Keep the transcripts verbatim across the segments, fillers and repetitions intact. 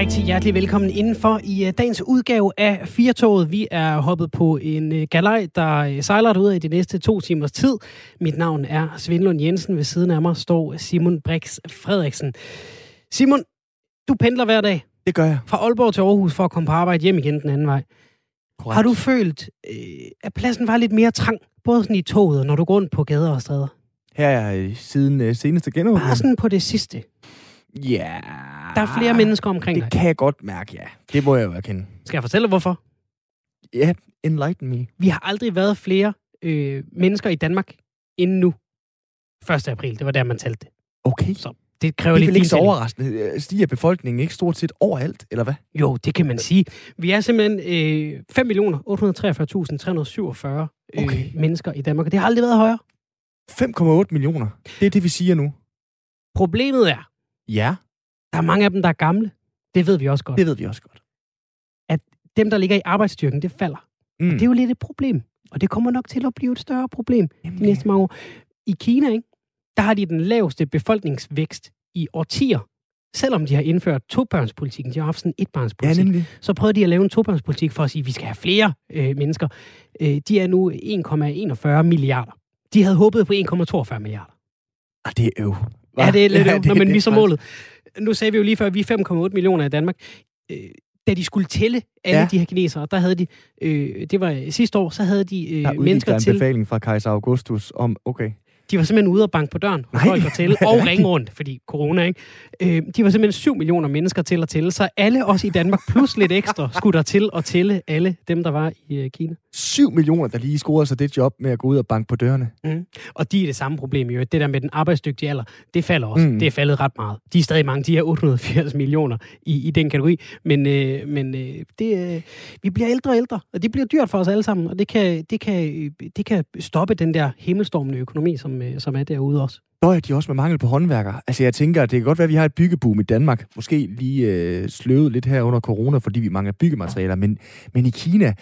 Rigtig hjertelig velkommen indenfor i uh, dagens udgave af Firtoget. Vi er hoppet på en uh, galej, der uh, sejler ud af de næste to timers tid. Mit navn er Svend Lund Jensen. Ved siden af mig står Simon Brix Frederiksen. Simon, du pendler hver dag. Det gør jeg. Fra Aalborg til Aarhus for at komme på arbejde hjem igen den anden vej. Korrekt. Har du følt, øh, at pladsen var lidt mere trang, både sådan i toget, når du går rundt på gader og stræder? Her er jeg siden øh, seneste genåbning. Bare sådan på det sidste. Ja. Yeah. Der er flere mennesker omkring det dig. Det kan jeg godt mærke, ja. Det må jeg jo erkende. Skal jeg fortælle dig, hvorfor? Ja, yeah, enlighten me. Vi har aldrig været flere øh, mennesker i Danmark end nu. første april, det var der, man talte det. Okay. Så det kræver det lidt er vel ikke så overraskende. Stiger befolkningen ikke stort set overalt, eller hvad? Jo, det kan man sige. Vi er simpelthen øh, fem millioner otte hundrede og treogfyrre tusind tre hundrede og syvogfyrre øh, okay. mennesker i Danmark, og det har aldrig været højere. fem komma otte millioner. Det er det, vi siger nu. Problemet er, ja, der er mange af dem, der er gamle. Det ved vi også godt. Det ved vi også godt. At dem, der ligger i arbejdsstyrken, det falder. Mm. Og det er jo lidt et problem. Og det kommer nok til at blive et større problem Jamen. de næste mange år. I Kina, ikke, der har de den laveste befolkningsvækst i årtier. Selvom de har indført tobørnspolitikken, de har haft sådan en etbarnspolitik, ja, så prøvede de at lave en tobørnspolitik for at sige, at vi skal have flere øh, mennesker. Øh, de er nu en komma enogfyrre milliarder. De havde håbet på en komma toogfyrre milliarder. Ah, det er jo... Ja, det er lidt ja, øv, når man misser målet. Nu sagde vi jo lige før, at vi er fem komma otte millioner i Danmark. Øh, da de skulle tælle alle ja. de her kinesere, der havde de, øh, det var sidste år, så havde de øh, mennesker til... Der en befaling fra kejser Augustus om, okay... De var simpelthen ude og banke på døren, og folk at tælle, og ringe rundt, fordi corona, ikke? Øh, de var simpelthen syv millioner mennesker til at tælle, så alle os i Danmark, plus lidt ekstra, skulle der til at tælle alle dem, der var i øh, Kina. syv millioner, der lige scorede sig det job med at gå ud og banke på dørene. Mm. Og de er det samme problem, jo. Det der med den arbejdsdygtige alder, det falder også. Mm. Det er faldet ret meget. De er stadig mange, de er otte hundrede og firs millioner i, i den kategori, men, øh, men øh, det, øh, vi bliver ældre og ældre, og det bliver dyrt for os alle sammen, og det kan, det kan, det kan stoppe den der himmelstormende økonomi, som som er derude også. Døjer de også med mangel på håndværkere? Altså jeg tænker, at det kan godt være, at vi har et byggeboom i Danmark. Måske lige øh, sløvet lidt her under corona, fordi vi mangler byggematerialer. Men, men i Kina,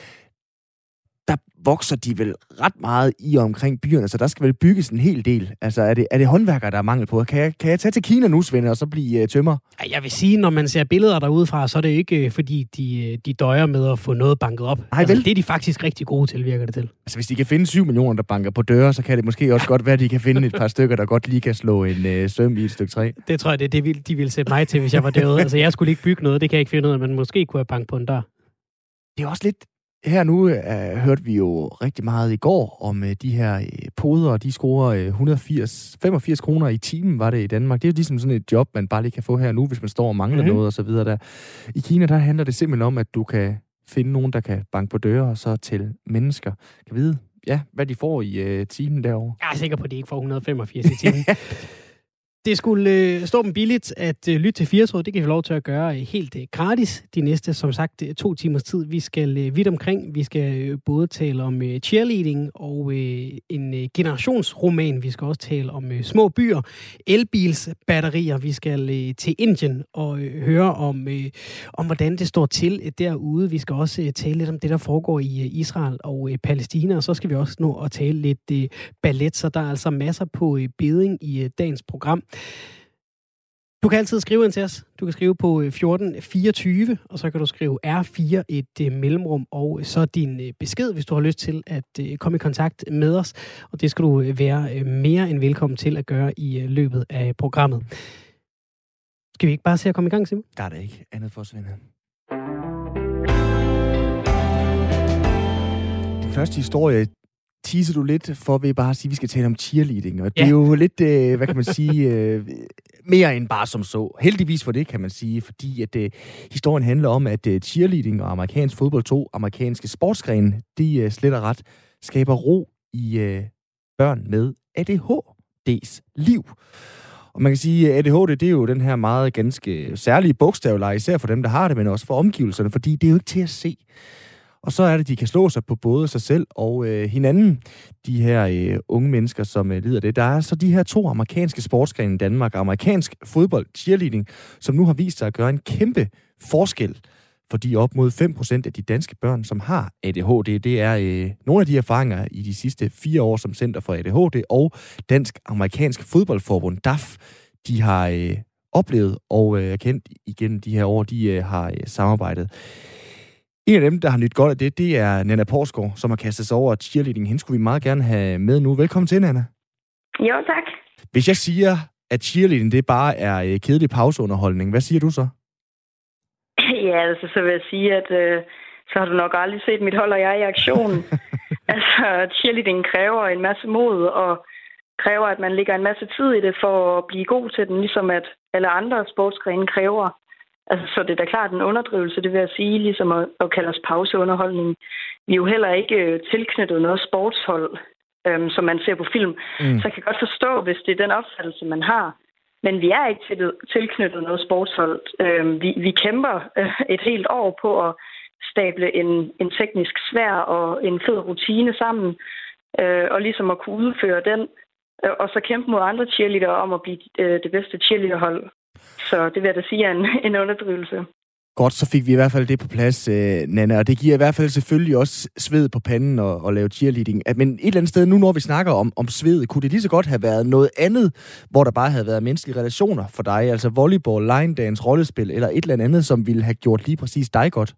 der vokser de vel ret meget i og omkring byerne, så der skal vel bygges en hel del. Altså er det, er det håndværkere, der er mangel på? Kan jeg, kan jeg tage til Kina nu, Svend, og så blive uh, tømmer? Jeg vil sige, når man ser billeder derudefra, så er det ikke uh, fordi, de, de døjer med at få noget banket op. Ej, altså, vel? Det er de faktisk rigtig gode til, virker det til. Altså hvis de kan finde syv millioner, der banker på døre, så kan det måske også godt være, at de kan finde et par stykker, der godt lige kan slå en uh, søm i et stykke træ. Det tror jeg, det er det, vil, de ville sætte mig til, hvis jeg var derude. Altså jeg skulle ikke bygge noget, det kan jeg ikke finde ud af, men måske kunne jeg banke på en dør. Det er også lidt... Her nu uh, hørte vi jo rigtig meget i går om uh, de her uh, poder, og de scorer uh, et hundrede og firs, femogfirs kroner i timen, var det i Danmark. Det er jo ligesom sådan et job, man bare lige kan få her nu, hvis man står og mangler mm-hmm. noget og så videre der. I Kina, der handler det simpelthen om, at du kan finde nogen, der kan banke på døre og så til mennesker. Kan vide, ja, hvad de får i uh, timen derovre. Jeg er sikker på, at de ikke får et hundrede og femogfirs i timen. Det skulle øh, stå dem billigt at øh, lytte til Firtoget. Det kan vi få lov til at gøre øh, helt øh, gratis de næste, som sagt, øh, to timers tid. Vi skal øh, vidt omkring. Vi skal øh, både tale om øh, cheerleading og øh, en øh, generationsroman. Vi skal også tale om øh, små byer, elbilsbatterier. Vi skal øh, til Indien og øh, høre om, øh, om, hvordan det står til øh, derude. Vi skal også øh, tale lidt om det, der foregår i øh, Israel og øh, Palæstina. Og så skal vi også nå at tale lidt øh, ballet. Så der er altså masser på øh, beding i øh, dagens program. Du kan altid skrive ind til os. Du kan skrive på fjorten fireogtyve, og så kan du skrive R fire et uh, mellemrum, og så din uh, besked, hvis du har lyst til at uh, komme i kontakt med os. Og det skal du uh, være uh, mere end velkommen til at gøre i uh, løbet af programmet. Skal vi ikke bare se at komme i gang, Simon? Der er det ikke andet for, Svend. Den første historie teaser du lidt for ved bare at sige, at vi skal tale om cheerleading. Og det ja. er jo lidt, øh, hvad kan man sige, øh, mere end bare som så. Heldigvis for det, kan man sige, fordi at øh, historien handler om, at øh, cheerleading og amerikansk fodbold, to amerikanske sportsgrene, de øh, slet og ret skaber ro i øh, børn med A D H D's liv. Og man kan sige, at A D H D, det er jo den her meget ganske særlige bogstavleje, især for dem, der har det, men også for omgivelserne, fordi det er jo ikke til at se. Og så er det, at de kan slå sig på både sig selv og øh, hinanden, de her øh, unge mennesker, som øh, lider det. Der er så de her to amerikanske sportsgrene i Danmark, amerikansk fodbold, cheerleading, som nu har vist sig at gøre en kæmpe forskel for de op mod fem procent af de danske børn, som har A D H D. Det er øh, nogle af de erfaringer i de sidste fire år som Center for A D H D og Dansk Amerikansk Fodboldforbund, D A F, de har øh, oplevet og øh, kendt igennem de her år, de øh, har øh, samarbejdet. En af dem, der har nyt godt af det, det er Nanna Porsgaard, som har kastet sig over cheerleading. Hende skulle vi meget gerne have med nu. Velkommen til, Nanna. Jo, tak. Hvis jeg siger, at cheerleading det bare er øh, kedelig pauseunderholdning, hvad siger du så? Ja, altså så vil jeg sige, at øh, så har du nok aldrig set mit hold og jeg i aktion. Altså, cheerleading kræver en masse mod, og kræver, at man lægger en masse tid i det for at blive god til den, ligesom at alle andre sportsgrene kræver. Altså, så det er da klart en underdrivelse, det vil jeg sige, ligesom at, at kalde os pauseunderholdning. Vi er jo heller ikke øh, tilknyttet noget sportshold, øhm, som man ser på film. Mm. Så jeg kan godt forstå, hvis det er den opfattelse, man har. Men vi er ikke til, tilknyttet noget sportshold. Øhm, vi, vi kæmper øh, et helt år på at stable en, en teknisk svær og en fed rutine sammen, øh, og ligesom at kunne udføre den, øh, og så kæmpe mod andre cheerleadere om at blive øh, det bedste cheerleaderhold. Så det vil jeg da sige er en, en underdrivelse. Godt, så fik vi i hvert fald det på plads, øh, Nanna, og det giver i hvert fald selvfølgelig også sved på panden og, og lave cheerleading. Men et eller andet sted, nu når vi snakker om, om sved, kunne det lige så godt have været noget andet, hvor der bare havde været menneskelige relationer for dig, altså volleyball, line dance, rollespil, eller et eller andet, som ville have gjort lige præcis dig godt?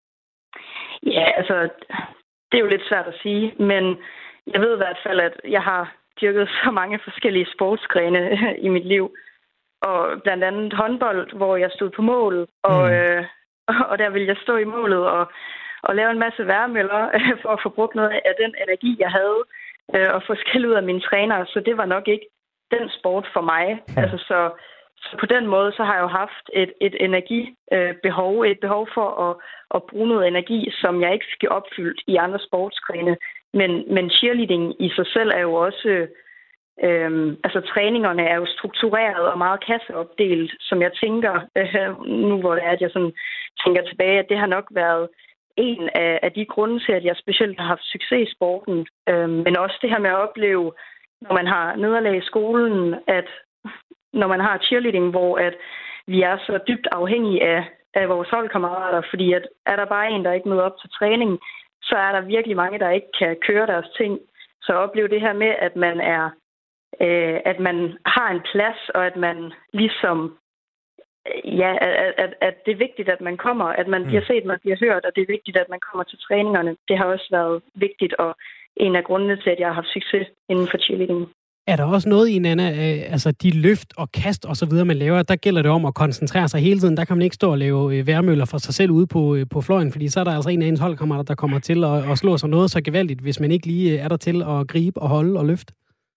Ja, altså, det er jo lidt svært at sige, men jeg ved i hvert fald, at jeg har dyrket så mange forskellige sportsgrene i mit liv. Og blandt andet håndbold, hvor jeg stod på mål, og, mm. øh, og der ville jeg stå i målet og, og lave en masse værmøller for at få brugt noget af den energi, jeg havde, øh, og få skæld ud af mine trænere. Så det var nok ikke den sport for mig. Mm. Altså, så, så på den måde så har jeg jo haft et, et energibehov, øh, et behov for at, at bruge noget energi, som jeg ikke fik opfyldt i andre sportsgrene. Men, men cheerleading i sig selv er jo også... Øhm, altså træningerne er jo struktureret og meget kasseopdelt, som jeg tænker, øh, nu hvor det er, at jeg sådan tænker tilbage, at det har nok været en af, af de grunde til, at jeg specielt har haft succes i sporten. Øhm, men også det her med at opleve, når man har nederlag i skolen, at når man har cheerleading, hvor at vi er så dybt afhængige af, af vores holdkammerater, fordi at er der bare en, der ikke møder op til træning, så er der virkelig mange, der ikke kan køre deres ting. Så opleve det her med, at man er Øh, at man har en plads, og at man ligesom, ja, at, at, at det er vigtigt, at man kommer, at man bliver set, man bliver hørt, og det er vigtigt, at man kommer til træningerne. Det har også været vigtigt, og en af grundene til, at jeg har haft succes inden for cheerleading. Er der også noget i, Nanna, øh, altså de løft og kast og så videre, man laver, der gælder det om at koncentrere sig hele tiden. Der kan man ikke stå og lave øh, værmøller for sig selv ude på, øh, på fløjen, fordi så er der altså en af ens holdkammerater, der kommer til at, at slå sig noget så gevaldigt, hvis man ikke lige er der til at gribe og holde og løfte.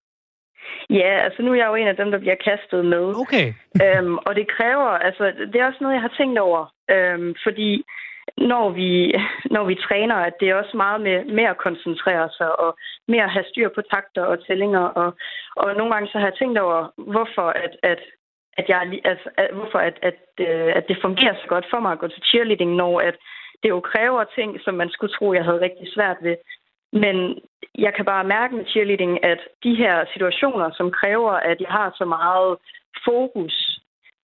Ja, altså nu er jeg jo en af dem, der bliver kastet med. Okay. øhm, og det kræver, altså det er også noget, jeg har tænkt over. Øhm, fordi når vi, når vi træner, at det er også meget med, med at koncentrere sig, og med at have styr på takter og tællinger. Og, og nogle gange så har jeg tænkt over, hvorfor at, at, at, jeg, altså, at, hvorfor at, at, at det fungerer så godt for mig at gå til cheerleading, når at det jo kræver ting, som man skulle tro, jeg havde rigtig svært ved. Men jeg kan bare mærke med cheerleading, at de her situationer, som kræver, at jeg har så meget fokus,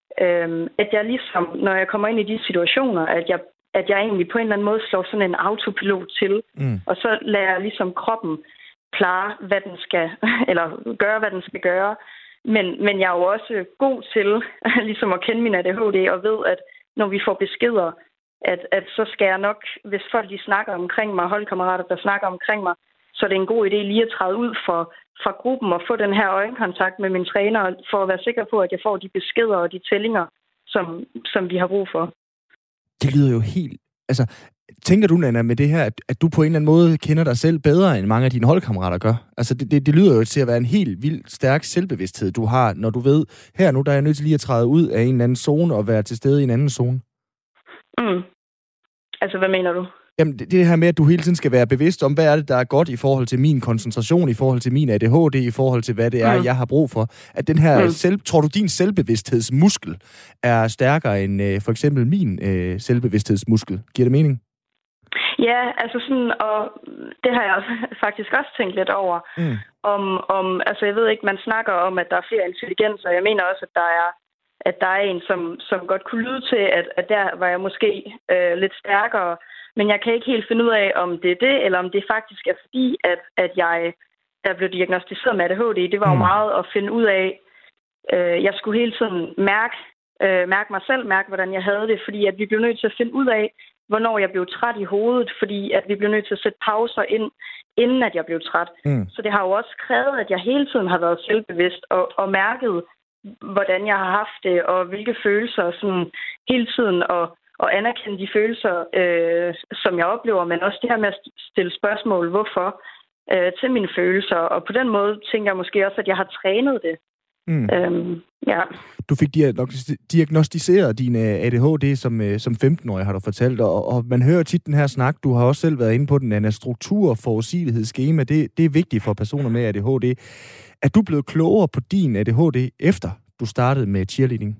øhm, at jeg ligesom, når jeg kommer ind i de situationer, at jeg, at jeg egentlig på en eller anden måde slår sådan en autopilot til, mm. og så lader jeg ligesom kroppen klare, hvad den skal, eller gøre, hvad den skal gøre. Men, men jeg er jo også god til ligesom at kende min A D H D, og ved, at når vi får beskeder, At, at så skal jeg nok, hvis folk de snakker omkring mig, holdkammerater, der snakker omkring mig, så er det en god idé lige at træde ud for, fra gruppen og få den her øjenkontakt med min træner, for at være sikker på, at jeg får de beskeder og de tællinger, som, som vi har brug for. Det lyder jo helt... Altså, tænker du, Nanna, med det her, at, at du på en eller anden måde kender dig selv bedre, end mange af dine holdkammerater gør? Altså, det, det, det lyder jo til at være en helt vild, stærk selvbevidsthed, du har, når du ved, her nu, der er jeg nødt til lige at træde ud af en eller anden zone og være til stede i en anden zone. Mm. Altså, hvad mener du? Jamen, det, det her med, at du hele tiden skal være bevidst om, hvad er det, der er godt i forhold til min koncentration, i forhold til min A D H D, i forhold til, hvad det er, mm. jeg har brug for. At den her mm. selv, tror du, din selvbevidsthedsmuskel er stærkere end øh, for eksempel min øh, selvbevidsthedsmuskel? Giver det mening? Ja, altså sådan, og det har jeg faktisk også tænkt lidt over. Mm. Om, om, altså, jeg ved ikke, man snakker om, at der er flere intelligenser. Jeg mener også, at der er at der er en, som, som godt kunne lyde til, at, at der var jeg måske øh, lidt stærkere. Men jeg kan ikke helt finde ud af, om det er det, eller om det faktisk er fordi, at, at jeg der blev diagnosticeret med A D H D. Det var jo meget at finde ud af. Øh, jeg skulle hele tiden mærke øh, mærke mig selv, mærke, hvordan jeg havde det, fordi at vi blev nødt til at finde ud af, hvornår jeg blev træt i hovedet, fordi at vi blev nødt til at sætte pauser ind, inden at jeg blev træt. Mm. Så det har jo også krævet, at jeg hele tiden har været selvbevidst og, og mærket, hvordan jeg har haft det, og hvilke følelser sådan hele tiden, og, og anerkende de følelser, øh, som jeg oplever, men også det her med at stille spørgsmål, hvorfor, øh, til mine følelser. Og på den måde tænker jeg måske også, at jeg har trænet det. Mm. Øhm, ja. Du fik diagnostiseret din A D H D som, som femten-årig, har du fortalt, og, og man hører tit den her snak, du har også selv været inde på den, Nanna, struktur, forudsigelighed, skema, det, det er vigtigt for personer med A D H D. Er du blevet klogere på din A D H D, efter du startede med cheerleading?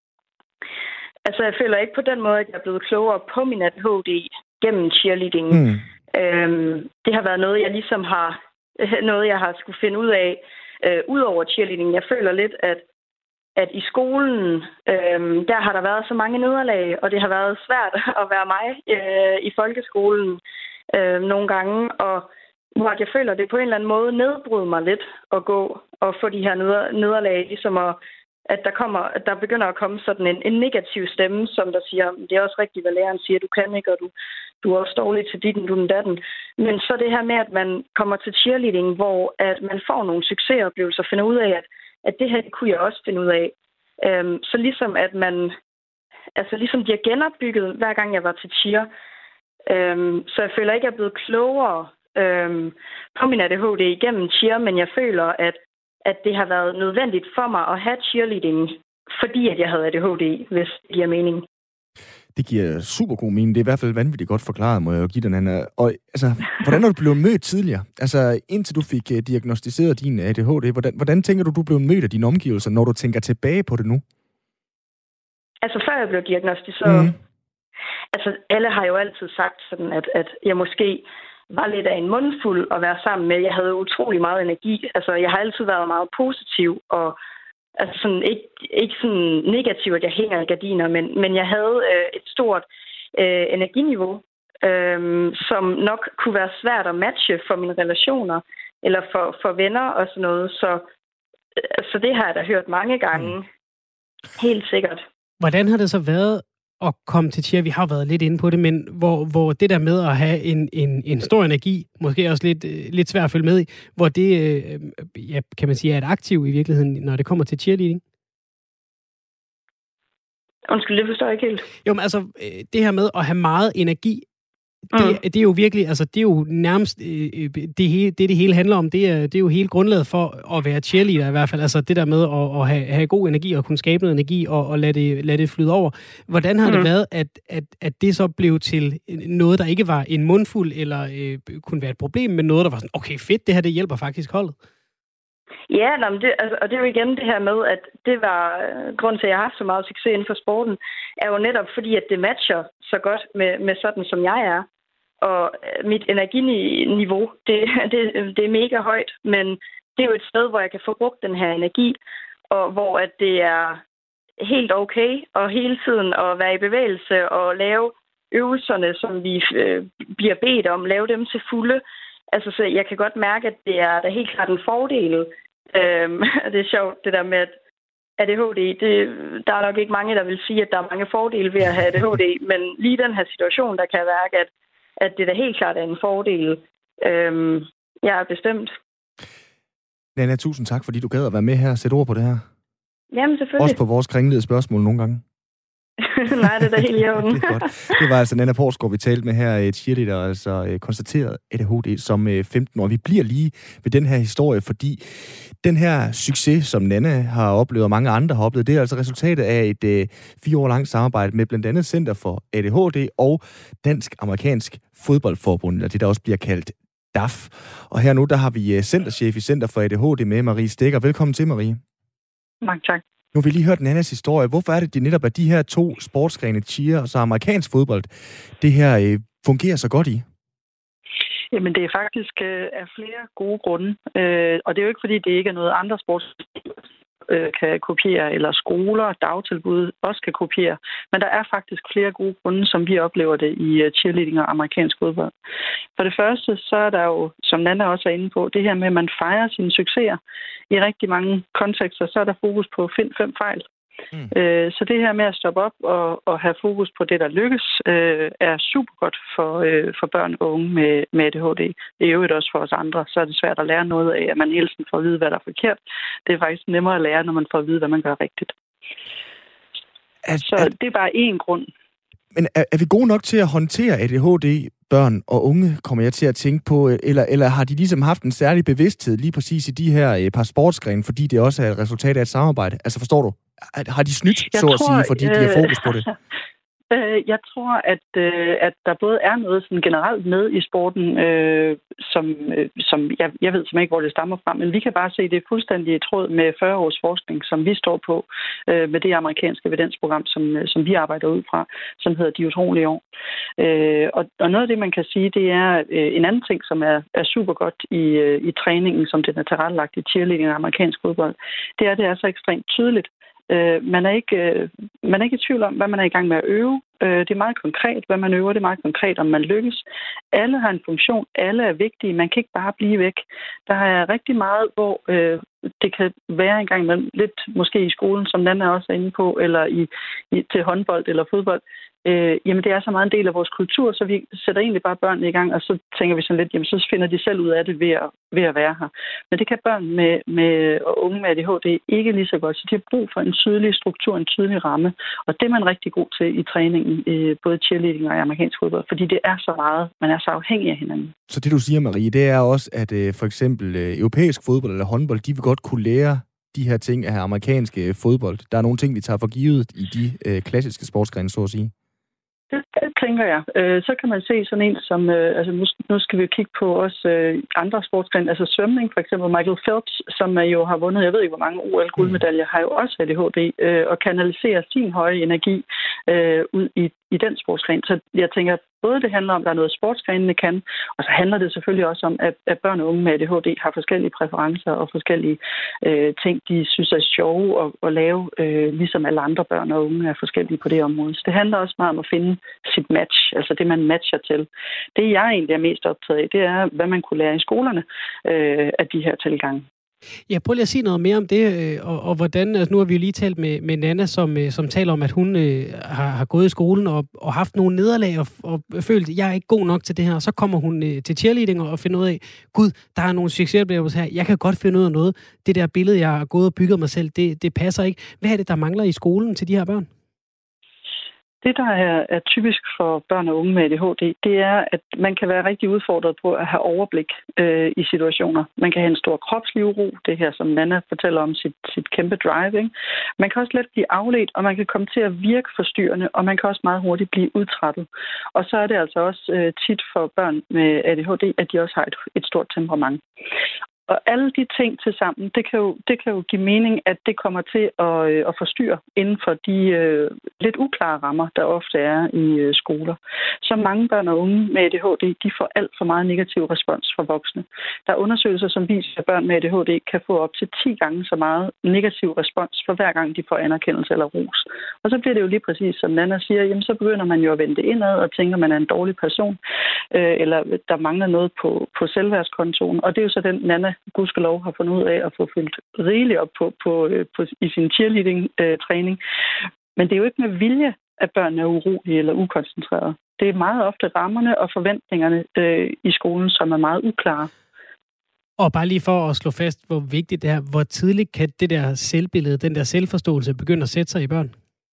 Altså, jeg føler ikke på den måde, at jeg er blevet klogere på min A D H D gennem cheerleading. Mm. Øhm, det har været noget, jeg ligesom har, noget, jeg har skulle finde ud af, øh, ud over cheerleading. Jeg føler lidt, at at i skolen, øh, der har der været så mange nederlag, og det har været svært at være mig øh, i folkeskolen øh, nogle gange, og hvor jeg føler, at det på en eller anden måde nedbryder mig lidt at gå og få de her nederlag, ligesom at, at der kommer, at der begynder at komme sådan en, en negativ stemme, som der siger, det er også rigtigt, hvad læreren siger, du kan ikke, og du, du er også dårlig til dit, du den datten. Men så det her med, at man kommer til cheerleading, hvor at man får nogle succesoplevelser og finder ud af, at at det her det kunne jeg også finde ud af. Øhm, så ligesom at man, altså ligesom de har genopbygget, hver gang jeg var til cheer. Øhm, så jeg føler ikke, at jeg er blevet klogere øhm, på min A D H D igennem cheer, men jeg føler, at, at det har været nødvendigt for mig at have cheerleading, fordi at jeg havde A D H D, hvis det giver mening. Det giver super god mening. Det er i hvert fald vanvittigt godt forklaret, må jeg jo give den anden. Og altså, hvordan er du blevet mødt tidligere? Altså, indtil du fik uh, diagnostiseret din A D H D, hvordan, hvordan tænker du, du blev mødt af dine omgivelser, når du tænker tilbage på det nu? Altså, før jeg blev diagnostiseret, mm. altså, alle har jo altid sagt sådan, at, at jeg måske var lidt af en mundfuld at være sammen med. Jeg havde utrolig meget energi. Altså, jeg har altid været meget positiv og altså sådan, ikke, ikke sådan negativt, at jeg hænger i gardiner, men, men jeg havde øh, et stort øh, energiniveau, øh, som nok kunne være svært at matche for mine relationer, eller for, for venner og sådan noget. Så, øh, så det har jeg da hørt mange gange. Mm. Helt sikkert. Hvordan har det så været at komme til cheer? Vi har været lidt inde på det, men hvor, hvor det der med at have en, en, en stor energi, måske også lidt, lidt svært at følge med i, hvor det, ja, kan man sige, er et aktiv i virkeligheden, når det kommer til cheerleading? Undskyld, det forstår jeg ikke helt. Jo, men altså, det her med at have meget energi, Det, mm. det er jo virkelig, altså det er jo nærmest øh, det, hele, det, det hele handler om, det er, det er jo hele grundlaget for at være cheerleader i hvert fald, altså det der med at, at have, have god energi og kunne skabe noget energi og, og lade, det, lade det flyde over. Hvordan har mm. det været, at, at, at det så blev til noget, der ikke var en mundfuld eller øh, kunne være et problem, men noget, der var sådan, okay fedt, det her det hjælper faktisk holdet? Ja, nej, men det, altså, og det er jo igen det her med, at det var grunden til, at jeg har haft så meget succes inden for sporten, er jo netop fordi, at det matcher så godt med, med sådan, som jeg er. Og mit energiniveau, det, det, det er mega højt, men det er jo et sted, hvor jeg kan få brugt den her energi, og hvor at det er helt okay og hele tiden at være i bevægelse og lave øvelserne, som vi øh, bliver bedt om, lave dem til fulde. Altså, så jeg kan godt mærke, at det er, der er helt klart en fordel. Øhm, det er sjovt, det der med, at A D H D, det, der er nok ikke mange, der vil sige, at der er mange fordele ved at have A D H D, men lige i den her situation, der kan jeg mærke, at at det da helt klart er en fordel. Øhm, jeg er bestemt. Nanna, tusind tak, fordi du gad at være med her og sætte ord på det her. Jamen, selvfølgelig. Også på vores kringlede spørgsmål nogle gange. Nej, det er da helt i orden. Det er godt. Det var altså Nanna Porsgaard, vi talte med her, et cheerleader, altså konstateret A D H D som femten år. Vi bliver lige ved den her historie, fordi den her succes, som Nanna har oplevet, og mange andre har oplevet, det er altså resultatet af et øh, fire år langt samarbejde med blandt andet Center for A D H D og Dansk-Amerikansk Fodboldforbund, eller det der også bliver kaldt D A F. Og her nu, der har vi centerchef i Center for A D H D med, Marie Stikker. Velkommen til, Marie. Mange tak. Nu har vi lige hørt Nannas historie. Hvorfor er det, det netop er de her to sportsgrene, cheer og så amerikansk fodbold, det her øh, fungerer så godt i? Jamen, det er faktisk øh, af flere gode grunde. Øh, og det er jo ikke, fordi det ikke er noget andre sports øh, kan kopiere, eller skoler, dagtilbud også kan kopiere. Men der er faktisk flere gode grunde, som vi oplever det i uh, cheerleading og amerikansk fodbold. For det første, så er der jo, som Nanna også er inde på, det her med, at man fejrer sine succeser. I rigtig mange kontekster, så er der fokus på find fem fejl. Mm. Øh, så det her med at stoppe op og, og have fokus på det, der lykkes, øh, er super godt for, øh, for børn og unge med, med A D H D. Det er jo også for os andre, så er det svært at lære noget af, at man hele tiden får at vide, hvad der er forkert. Det er faktisk nemmere at lære, når man får at vide, hvad man gør rigtigt. At, så at, det er bare én grund. Men er, er vi gode nok til at håndtere A D H D, børn og unge, kommer jeg til at tænke på, eller, eller har de ligesom haft en særlig bevidsthed lige præcis i de her eh, par sportsgrene, fordi det også er et resultat af et samarbejde? Altså forstår du? Har de snydt, jeg så tror, at sige, fordi øh, de har fokus på det? Jeg tror, at, at der både er noget sådan generelt med i sporten, øh, som, som jeg, jeg ved simpelthen ikke, hvor det stammer fra, men vi kan bare se, at det er fuldstændig i tråd med fyrre års forskning, som vi står på, øh, med det amerikanske evidensprogram, som, som vi arbejder ud fra, som hedder De Utrolige År. Øh, og, og noget af det, man kan sige, det er øh, en anden ting, som er, er super godt i, øh, i træningen, som den er tilrettelagt i cheerleading og amerikansk fodbold, det er, at det er så ekstremt tydeligt. Uh, man, er ikke, uh, man er ikke i tvivl om, hvad man er i gang med at øve. Uh, det er meget konkret, hvad man øver. Det er meget konkret, om man lykkes. Alle har en funktion. Alle er vigtige. Man kan ikke bare blive væk. Der er rigtig meget, hvor uh, det kan være en gang imellem, lidt måske i skolen, som Nanna også er inde på, eller i, i, til håndbold eller fodbold. Øh, jamen det er så meget en del af vores kultur, så vi sætter egentlig bare børnene i gang, og så tænker vi sådan lidt, jamen så finder de selv ud af det ved at, ved at være her. Men det kan børn med, med og unge med A D H D ikke lige så godt, så de har brug for en tydelig struktur, en tydelig ramme, og det er man rigtig god til i træningen, i både cheerleading og i amerikansk fodbold, fordi det er så meget, man er så afhængig af hinanden. Så det du siger, Marie, det er også, at øh, for eksempel øh, europæisk fodbold eller håndbold, de vil godt kunne lære de her ting af amerikanske fodbold. Der er nogle ting, vi tager for givet i de øh, klassiske sportsgrene, så at sige. Det, det tænker jeg. Øh, så kan man se sådan en som, øh, altså nu, nu skal vi kigge på også øh, andre sportsgrene, altså svømning, for eksempel Michael Phelps, som øh, jo har vundet, jeg ved ikke hvor mange O L-guldmedaljer, har jo også A D H D, øh, og kanaliserer sin høje energi øh, ud i, i den sportsgren. Så jeg tænker, både det handler om, at der er noget sportsgrenene kan, og så handler det selvfølgelig også om, at, at børn og unge med A D H D har forskellige præferencer og forskellige øh, ting, de synes er sjove at, at lave, øh, ligesom alle andre børn og unge er forskellige på det område. Så det handler også meget om at finde sit match, altså det, man matcher til. Det, jeg egentlig er mest optaget af, det er, hvad man kunne lære i skolerne øh, af de her tilgange. Ja, prøv lige at sige noget mere om det, og, og hvordan, altså nu har vi jo lige talt med, med Nanna, som, som taler om, at hun øh, har, har gået i skolen og, og haft nogle nederlag og, og følt, at jeg er ikke god nok til det her. Så kommer hun øh, til cheerleading og finder ud af, gud, der er nogle succesoplevelser her, jeg kan godt finde ud af noget. Det der billede, jeg har gået og bygget mig selv, det, det passer ikke. Hvad er det, der mangler i skolen til de her børn? Det, der er, er typisk for børn og unge med A D H D, det er, at man kan være rigtig udfordret på at have overblik øh, i situationer. Man kan have en stor kropslig uro, det her, som Nanna fortæller om sit, sit kæmpe driving. Man kan også let blive afledt, og man kan komme til at virke forstyrrende, og man kan også meget hurtigt blive udtrættet. Og så er det altså også øh, tit for børn med A D H D, at de også har et, et stort temperament. Og alle de ting til sammen, det kan, jo, det kan jo give mening, at det kommer til at, øh, at forstyrre inden for de øh, lidt uklare rammer, der ofte er i øh, skoler. Så mange børn og unge med A D H D, de får alt for meget negativ respons fra voksne. Der er undersøgelser, som viser, at børn med A D H D kan få op til ti gange så meget negativ respons for hver gang, de får anerkendelse eller ros. Og så bliver det jo lige præcis, som Nanna siger, jamen så begynder man jo at vende det indad og tænker, at man er en dårlig person, øh, eller der mangler noget på, på selvværdskontoen. Og det er jo så den Nanna gudskelov har fundet ud af at få fyldt rigeligt op på, på, på i sin cheerleading-træning. Men det er jo ikke med vilje, at børn er urolige eller ukoncentrerede. Det er meget ofte rammerne og forventningerne øh, i skolen, som er meget uklare. Og bare lige for at slå fast, hvor vigtigt det er, hvor tidligt kan det der selvbillede, den der selvforståelse begynde at sætte sig i børn?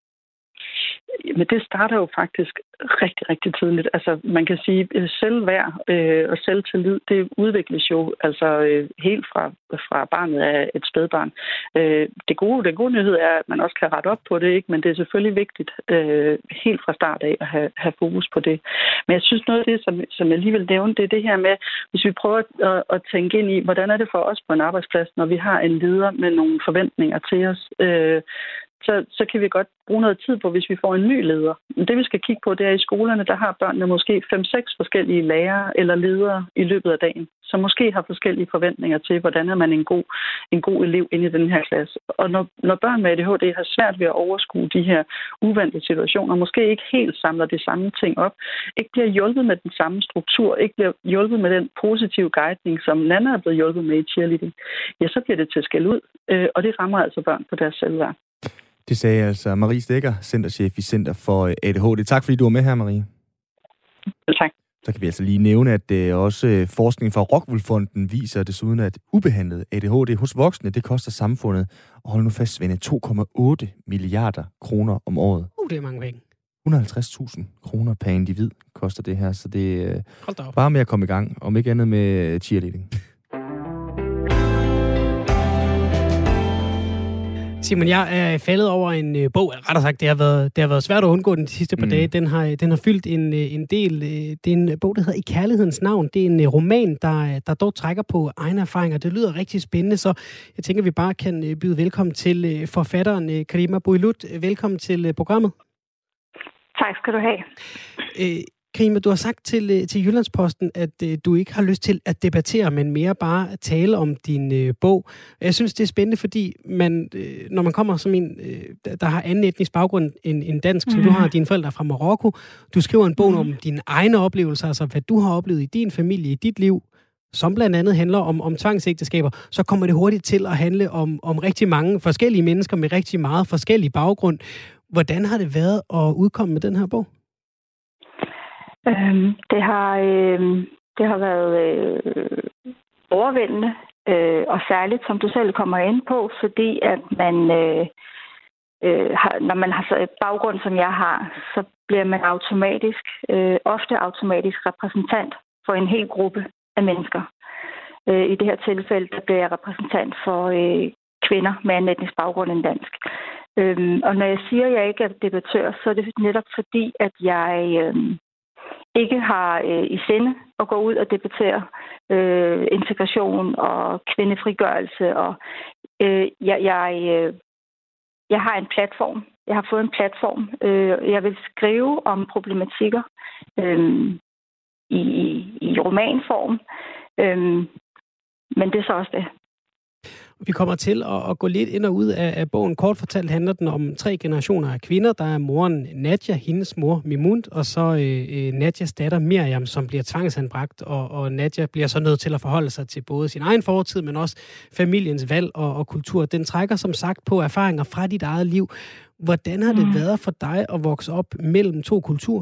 Men det starter jo faktisk rigtig, rigtig tidligt. Altså, man kan sige, at selvværd øh, og selvtillid, det udvikles jo altså øh, helt fra, fra barnet af et spædbarn. Øh, det gode, den gode nyhed er, at man også kan rette op på det, ikke? Men det er selvfølgelig vigtigt øh, helt fra start af at have, have fokus på det. Men jeg synes, noget af det, som, som jeg lige vil nævne, det er det her med, hvis vi prøver at, at tænke ind i, hvordan er det for os på en arbejdsplads, når vi har en leder med nogle forventninger til os, øh, Så, så kan vi godt bruge noget tid på, hvis vi får en ny leder. Men det, vi skal kigge på, det er i skolerne, der har børnene måske fem seks forskellige lærere eller ledere i løbet af dagen, som måske har forskellige forventninger til, hvordan er man en god, en god elev inde i den her klasse. Og når, når børn med A D H D har svært ved at overskue de her uventede situationer, måske ikke helt samler de samme ting op, ikke bliver hjulpet med den samme struktur, ikke bliver hjulpet med den positive guidning, som Nanna er blevet hjulpet med i cheerleading, ja, så bliver det til at skælde ud, øh, og det rammer altså børn på deres selvværd. Det sagde altså Marie Stegger, centerchef i Center for A D H D. Tak fordi du var med her, Marie. Tak. Så kan vi altså lige nævne, at øh, også øh, forskning fra Rockwool-fonden viser desuden, at ubehandlet A D H D hos voksne, det koster samfundet, og hold nu fast, Svende, to komma otte milliarder kroner om året. Uh, det er mange penge. et hundrede og halvtreds tusind kroner per individ koster det her, så det er øh, op. bare med at komme i gang, om ikke andet med cheerleading. Simon, jeg er faldet over en øh, bog, eller rettere sagt, det har, været, det har været svært at undgå den de sidste par mm. dage. Den har, den har fyldt en, en del. Øh, det er en bog, der hedder I kærlighedens navn. Det er en øh, roman, der, der dog trækker på egne erfaringer. Det lyder rigtig spændende, så jeg tænker, vi bare kan øh, byde velkommen til øh, forfatteren øh, Karima Bouiloud. Velkommen til øh, programmet. Tak skal du have. Øh, Karima, du har sagt til, til Jyllandsposten, at øh, du ikke har lyst til at debattere, men mere bare at tale om din øh, bog. Jeg synes, det er spændende, fordi man, øh, når man kommer som en, øh, der har anden etnisk baggrund end, end dansk, mm. som du har, dine forældre fra Marokko, du skriver en bog mm. om dine egne oplevelser, altså hvad du har oplevet i din familie, i dit liv, som blandt andet handler om, om tvangsægteskaber, så kommer det hurtigt til at handle om, om rigtig mange forskellige mennesker med rigtig meget forskellig baggrund. Hvordan har det været at udkomme med den her bog? Øhm, det har øh, det har været øh, overvældende, øh, og særligt, som du selv kommer ind på, fordi at man, øh, øh, har, når man har så baggrund, som jeg har, så bliver man automatisk, øh, ofte automatisk repræsentant for en hel gruppe af mennesker. Øh, I det her tilfælde, der bliver jeg repræsentant for øh, kvinder med en etnisk baggrund end dansk. Øh, og når jeg siger, at jeg ikke er debattør, så er det netop fordi, at jeg øh, ikke har øh, i sinde at gå ud og debattere øh, integration og kvindefrigørelse. Og øh, jeg, jeg, øh, jeg har en platform. Jeg har fået en platform. Øh, jeg vil skrive om problematikker øh, i, i, i romanform. Øh, men det er så også det. Vi kommer til at, at gå lidt ind og ud af, af bogen. Kort fortalt handler den om tre generationer af kvinder. Der er moren Nadia, hendes mor Mimund, og så øh, Nadias datter Miriam, som bliver tvangsanbragt, og, og Nadia bliver så nødt til at forholde sig til både sin egen fortid, men også familiens valg og, og kultur. Den trækker som sagt på erfaringer fra dit eget liv. Hvordan har det mm. været for dig at vokse op mellem to kulturer?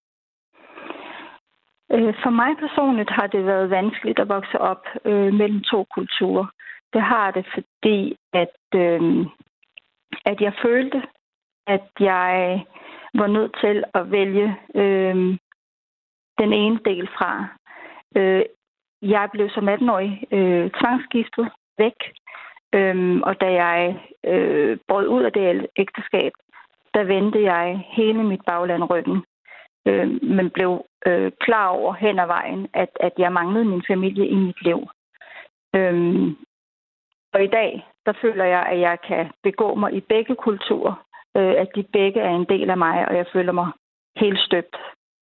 For mig personligt har det været vanskeligt at vokse op øh, mellem to kulturer. Det har det, fordi at, øh, at jeg følte, at jeg var nødt til at vælge øh, den ene del fra. Øh, jeg blev som atten-årig øh, tvangsgiftet væk, øh, og da jeg øh, brød ud af det ægteskab, der vendte jeg hele mit bagland ryggen, øh, men blev øh, klar over hen ad vejen, at, at jeg manglede min familie i mit liv. Øh, Og i dag, der føler jeg, at jeg kan begå mig i begge kulturer. Øh, at de begge er en del af mig, og jeg føler mig helt støbt.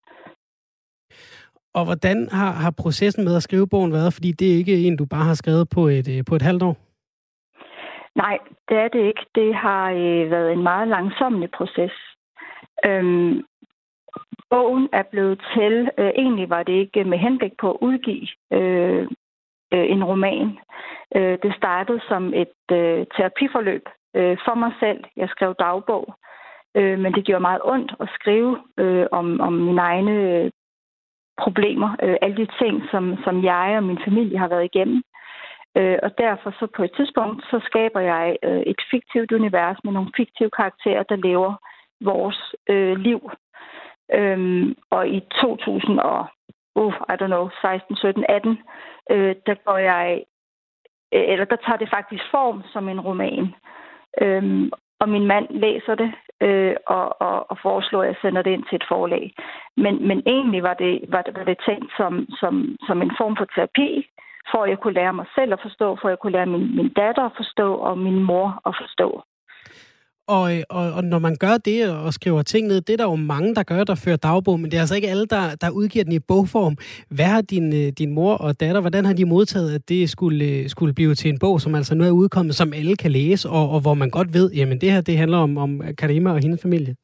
Og hvordan har, har processen med at skrive bogen været? Fordi det er ikke en, du bare har skrevet på et, på et halvt år. Nej, det er det ikke. Det har øh, været en meget langsommelig proces. Øhm, bogen er blevet til, øh, egentlig var det ikke med henblik på at udgive øh, øh, en roman. Øh, det startede som et øh, terapiforløb øh, for mig selv. Jeg skrev dagbog, øh, men det gjorde meget ondt at skrive øh, om, om mine egne øh, problemer. Øh, alle de ting, som, som jeg og min familie har været igennem. Øh, og derfor så på et tidspunkt, så skaber jeg øh, et fiktivt univers med nogle fiktive karakterer, der lever vores øh, liv. Øhm, og i to tusind og, uh, I don't know, seksten, sytten, atten, øh, der går jeg, øh, eller der tager det faktisk form som en roman. Øhm, og min mand læser det, øh, og, og, og foreslår, at jeg sender det ind til et forlag. Men, men egentlig var det, var det, var det tænkt som, som, som en form for terapi, for at jeg kunne lære mig selv at forstå, for at jeg kunne lære min, min datter at forstå, og min mor at forstå. Og, og, og når man gør det og skriver ting ned, det er der jo mange, der gør, der fører dagbog, men det er altså ikke alle, der, der udgiver den i bogform. Hvad har din, din mor og datter, hvordan har de modtaget, at det skulle, skulle blive til en bog, som altså nu er udkommet, som alle kan læse, og, og hvor man godt ved, jamen det her, det handler om, om Karima og hendes familie?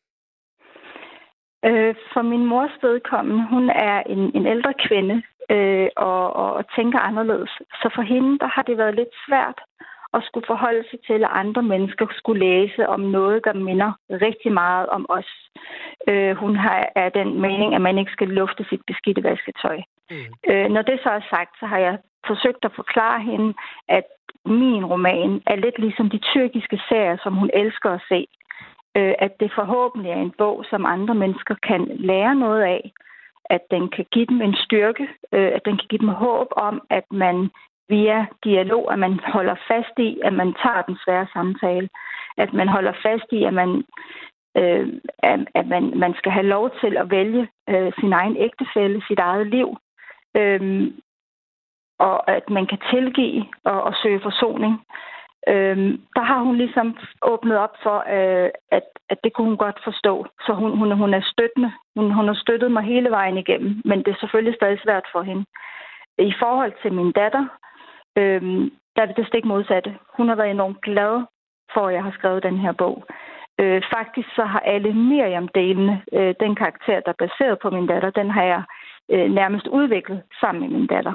Øh, for min mors vedkommende, hun er en, en ældre kvinde, øh, og, og, og tænker anderledes. Så for hende, der har det været lidt svært at skulle forholde sig til, at andre mennesker skulle læse om noget, der minder rigtig meget om os. Øh, hun har er den mening, at man ikke skal lufte sit beskidte vasketøj. Mm. Øh, når det så er sagt, så har jeg forsøgt at forklare hende, at min roman er lidt ligesom de tyrkiske serier, som hun elsker at se. Øh, at det forhåbentlig er en bog, som andre mennesker kan lære noget af. At den kan give dem en styrke, øh, at den kan give dem håb om, at man via dialog, at man holder fast i, at man tager den svære samtale. At man holder fast i, at man, øh, at, at man, man skal have lov til at vælge øh, sin egen ægtefælle, sit eget liv. Øh, og at man kan tilgive og, og søge forsoning. Øhm, der har hun ligesom åbnet op for, øh, at, at det kunne hun godt forstå. Så hun, hun, hun er støttende. Hun, hun har støttet mig hele vejen igennem, men det er selvfølgelig stadig svært for hende. I forhold til min datter, øh, der er det det stik modsatte. Hun har været enormt glad for, at jeg har skrevet den her bog. Øh, faktisk så har alle Miriam-delene, øh, den karakter, der er baseret på min datter, den har jeg øh, nærmest udviklet sammen med min datter.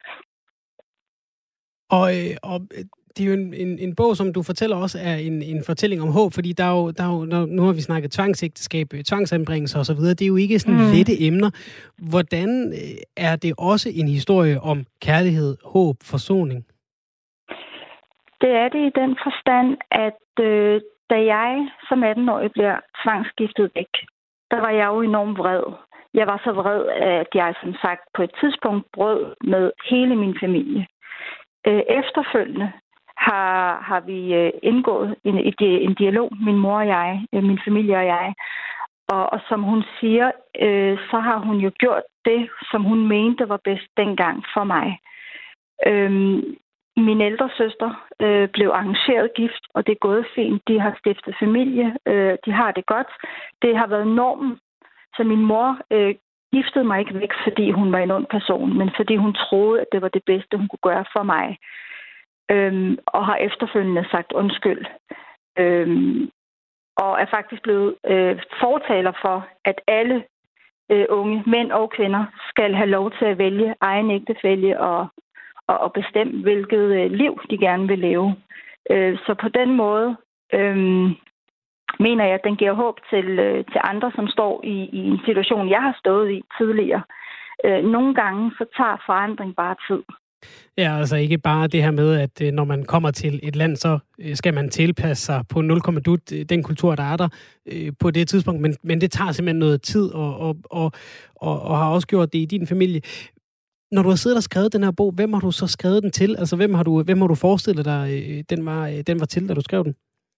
Og, øh, og det er jo en, en, en bog, som du fortæller også er en, en fortælling om håb, fordi der er jo, der er jo, nu har vi snakket tvangsægteskab, tvangsanbringelser osv., det er jo ikke sådan mm. lette emner. Hvordan er det også en historie om kærlighed, håb, forsoning? Det er det i den forstand, at øh, da jeg som atten-årig bliver tvangsgiftet væk, der var jeg jo enormt vred. Jeg var så vred, at jeg som sagt på et tidspunkt brød med hele min familie. Øh, efterfølgende har, har vi øh, indgået en, en dialog, min mor og jeg, øh, min familie og jeg. Og, og som hun siger, øh, så har hun jo gjort det, som hun mente var bedst dengang for mig. Øh, min ældre søster øh, blev arrangeret gift, og det er gået fint. De har stiftet familie, øh, de har det godt. Det har været normen. Så min mor øh, giftede mig ikke væk, fordi hun var en ond person, men fordi hun troede, at det var det bedste, hun kunne gøre for mig. Øhm, og har efterfølgende sagt undskyld. Øhm, og er faktisk blevet øh, fortaler for, at alle øh, unge mænd og kvinder skal have lov til at vælge egen ægtefælle og, og, og bestemme, hvilket øh, liv de gerne vil leve. Øh, så på den måde øh, mener jeg, at den giver håb til, øh, til andre, som står i, i en situation, jeg har stået i tidligere. Øh, nogle gange så tager forandring bare tid. Ja, altså ikke bare det her med, at når man kommer til et land, så skal man tilpasse sig på nul komma nul den kultur, der er der øh, på det tidspunkt, men, men det tager simpelthen noget tid, og, og, og, og, og har også gjort det i din familie. Når du har siddet og skrevet den her bog, hvem har du så skrevet den til? Altså, hvem har du, hvem har du forestillet dig, øh, den, var, øh, den var til, da du skrev den?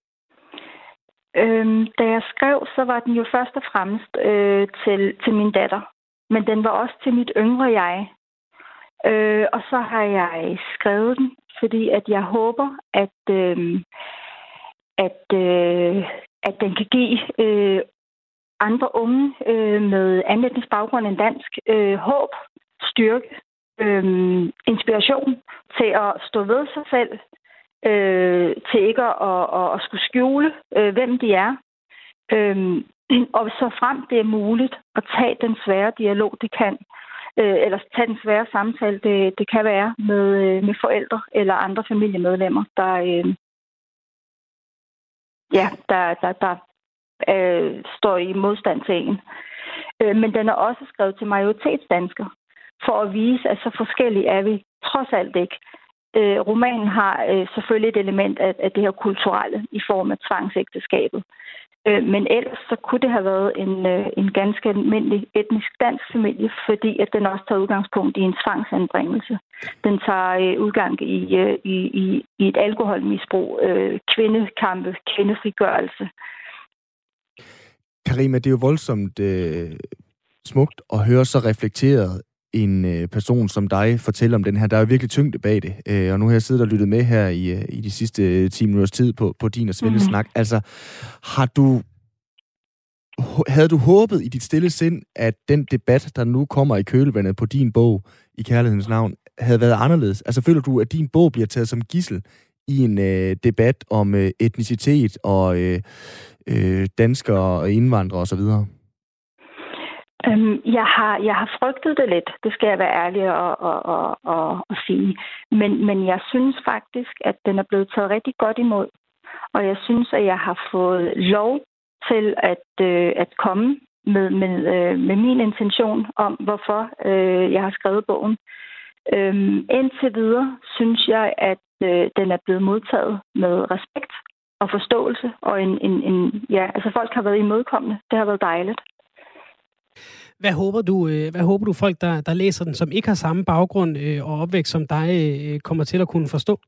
Øhm, da jeg skrev, så var den jo først og fremmest øh, til, til min datter, men den var også til mit yngre jeg. Øh, og så har jeg skrevet den, fordi at jeg håber, at, øh, at, øh, at den kan give øh, andre unge øh, med anden etnisk baggrund end dansk øh, håb, styrke, øh, inspiration til at stå ved sig selv, øh, til ikke at, at, at skulle skjule, øh, hvem de er. Øh, og så frem det er muligt at tage den svære dialog, det kan. Eller tage den svære samtale, det, det kan være med, med forældre eller andre familiemedlemmer, der, øh, ja, der, der, der øh, står i modstand til en. Øh, men den er også skrevet til majoritetsdansker, for at vise, at så forskellige er vi trods alt ikke. Øh, romanen har øh, selvfølgelig et element af, af det her kulturelle i form af tvangsægteskabet. Men ellers så kunne det have været en, en ganske almindelig etnisk dansk familie, fordi at den også tager udgangspunkt i en tvangsanbringelse. Den tager udgang i, i, i, i et alkoholmisbrug, kvindekampe, kvindefrigørelse. Karima, det er jo voldsomt øh, smukt at høre så reflekteret en øh, person som dig fortælle om den her. Der er jo virkelig tyngde bag det. Øh, og nu har jeg siddet og lyttet med her i, øh, i de sidste ti minutters tid på, på din og Svendes mm. snak. Altså, har du... Havde du håbet i dit stille sind, at den debat, der nu kommer i kølvandet på din bog, I kærlighedens navn, havde været anderledes? Altså, føler du, at din bog bliver taget som gidsel i en øh, debat om øh, etnicitet og øh, øh, danskere og indvandrere osv.? Øhm, jeg, har, jeg har frygtet det lidt, det skal jeg være ærlig og, og, og, og, og sige. Men, men jeg synes faktisk, at den er blevet taget rigtig godt imod. Og jeg synes, at jeg har fået lov til at, øh, at komme med, med, øh, med min intention om, hvorfor øh, jeg har skrevet bogen. Øhm, indtil videre synes jeg, at øh, den er blevet modtaget med respekt og forståelse. Og en, en, en, ja, altså folk har været imødekommende. Det har været dejligt. Hvad håber du, hvad håber du folk, der, der læser den, som ikke har samme baggrund og opvækst som dig, kommer til at kunne forstå?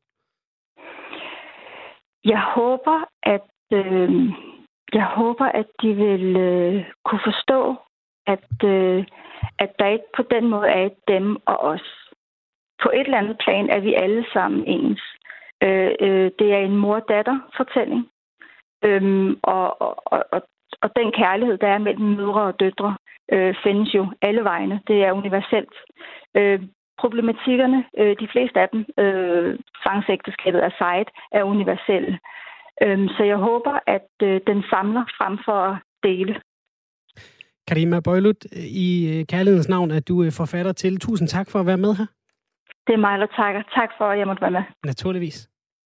Jeg håber, at øh, jeg håber, at de vil øh, kunne forstå, at øh, at der ikke på den måde er et dem og os. På et eller andet plan er vi alle sammen ens. Øh, øh, det er en mor-datter-fortælling, øh, og, og, og, og den kærlighed, der er mellem mødre og døtre, øh, findes jo alle vegne. Det er universelt. Øh, Problematikkerne, øh, de fleste af dem, øh, tvangsægteskabet aside, er universelle. Øh, så jeg håber, at øh, den samler frem for at dele. Karima Bøjlut, i kærlighedens navn er du forfatter til. Tusind tak for at være med her. Det er mig, der takker. Tak for, at jeg måtte være med. Naturligvis.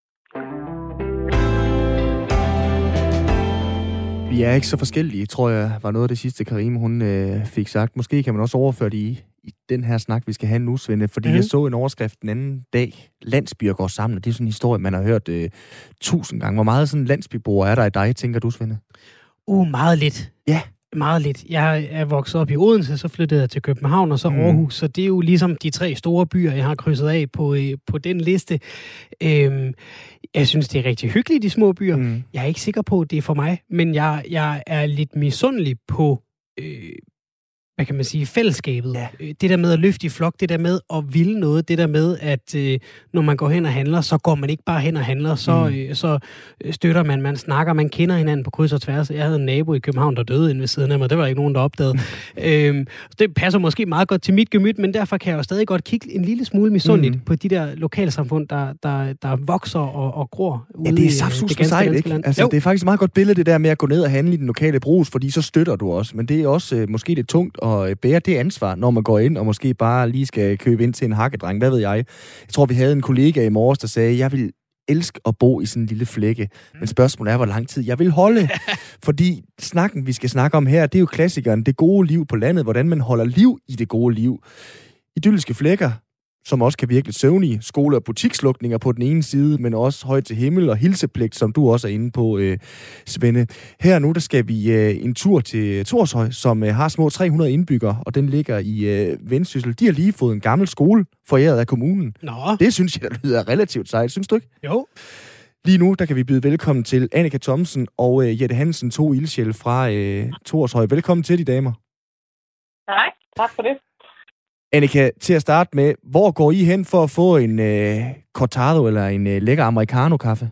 Vi er ikke så forskellige, tror jeg, var noget af det sidste, Karima hun øh, fik sagt. Måske kan man også overføre det i, i den her snak, vi skal have nu, Svende. Fordi mm. jeg så en overskrift den anden dag. Landsbyer går sammen, og det er sådan en historie, man har hørt øh, tusind gange. Hvor meget sådan landsbyboer er der i dig, tænker du, Svende? Uh, meget lidt. Ja. Meget lidt. Jeg er vokset op i Odense, så flyttede jeg til København og så mm. Aarhus, så det er jo ligesom de tre store byer, jeg har krydset af på, på den liste. Øhm, jeg synes, det er rigtig hyggeligt, de små byer. Mm. Jeg er ikke sikker på, at det er for mig, men jeg, jeg er lidt misundelig på, øh, hvad kan man sige, fællesskabet. Ja. Det der med at løfte i flok, det der med at ville noget, det der med, at øh, når man går hen og handler, så går man ikke bare hen og handler, så, mm. øh, så støtter man, man snakker, man kender hinanden på kryds og tværs. Jeg havde en nabo i København, der døde inde ved siden af mig, det var der ikke nogen, der opdagede. øhm, det passer måske meget godt til mit gemyt, men derfor kan jeg jo stadig godt kigge en lille smule misundeligt mm. på de der lokalsamfund, der, der, der vokser og, og gror ude. Ja, det er saftsus med sejt, ikke? Altså, det er faktisk et meget godt billede, det der med at gå ned og handle i den lokale brugs, fordi så støtter du også, men det er også øh, måske lidt tungt og bære det ansvar, når man går ind og måske bare lige skal købe ind til en hakkedreng. Hvad ved jeg? Jeg tror, vi havde en kollega i morges, der sagde, jeg vil elske at bo i sådan en lille flække. Men spørgsmålet er, hvor lang tid jeg vil holde. Fordi snakken, vi skal snakke om her, det er jo klassikeren. Det gode liv på landet. Hvordan man holder liv i det gode liv. Idylliske flækker, som også kan virke lidt søvnige. Skole- og butikslukninger på den ene side, men også højt til himmel og hilsepligt, som du også er inde på, øh, Svende. Her nu, der skal vi øh, en tur til Torshøj, som øh, har små tre hundrede indbyggere, og den ligger i øh, Vendsyssel. De har lige fået en gammel skole foræret af kommunen. Nå. Det synes jeg, der lyder relativt sejt. Synes du ikke? Jo. Lige nu, der kan vi byde velkommen til Annika Thomsen og øh, Jette Hansen, to ildsjæle fra øh, Torshøj. Velkommen til de damer. Tak, tak for det. Annika, til at starte med, hvor går I hen for at få en øh, cortado eller en øh, lækker americano-kaffe?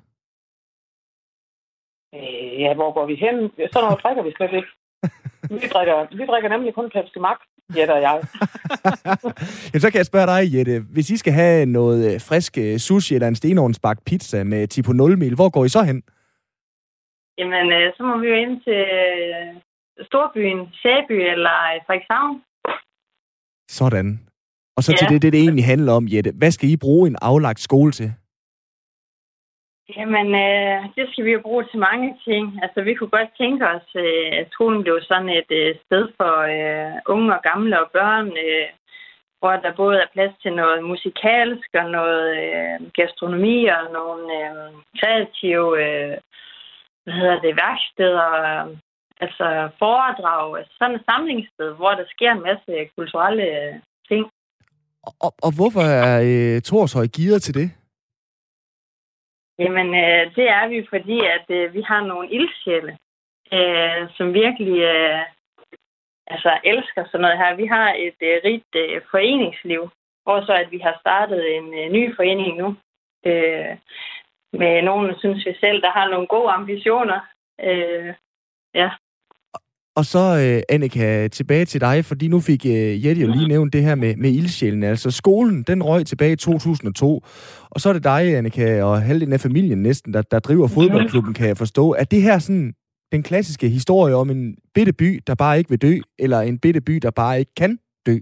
Øh, ja, hvor går vi hen? Sådan noget drikker vi slet ikke. Vi drikker, vi drikker nemlig kun Pepsi Max, Jette og jeg. Jamen, så kan jeg spørge dig, Jette. Hvis I skal have noget frisk sushi eller en stenovnsbagt pizza med tipo nul mil, hvor går I så hen? Jamen, øh, så må vi jo ind til Storbyen, Sæby eller Frederikshavn. Sådan. Og så ja. til det, det, det egentlig handler om, Jette. Hvad skal I bruge en aflagt skole til? Jamen, øh, det skal vi jo bruge til mange ting. Altså, vi kunne godt tænke os, øh, at skolen blev sådan et øh, sted for øh, unge og gamle og børn, øh, hvor der både er plads til noget musikalsk og noget øh, gastronomi og nogle øh, kreative øh, hvad hedder det, værksteder, øh, altså foredrag, altså sådan et samlingssted, hvor der sker en masse kulturelle øh, ting. Og, og hvorfor er øh, Torshøj gearet til det? Jamen, øh, det er vi, fordi at øh, vi har nogle ildsjæle, øh, som virkelig øh, altså, elsker sådan noget her. Vi har et øh, rigt øh, foreningsliv, og så at vi har startet en øh, ny forening nu, øh, med nogen, synes vi selv, der har nogle gode ambitioner. Øh, ja. Og så, øh, Annika, tilbage til dig, fordi nu fik øh, Jette jo lige nævnt det her med, med ildsjælen. Altså skolen, den røg tilbage i to tusind og to, og så er det dig, Annika, og halvdelen af familien næsten, der, der driver fodboldklubben, kan jeg forstå. Er det her sådan den klassiske historie om en bitte by, der bare ikke vil dø, eller en bitte by, der bare ikke kan dø?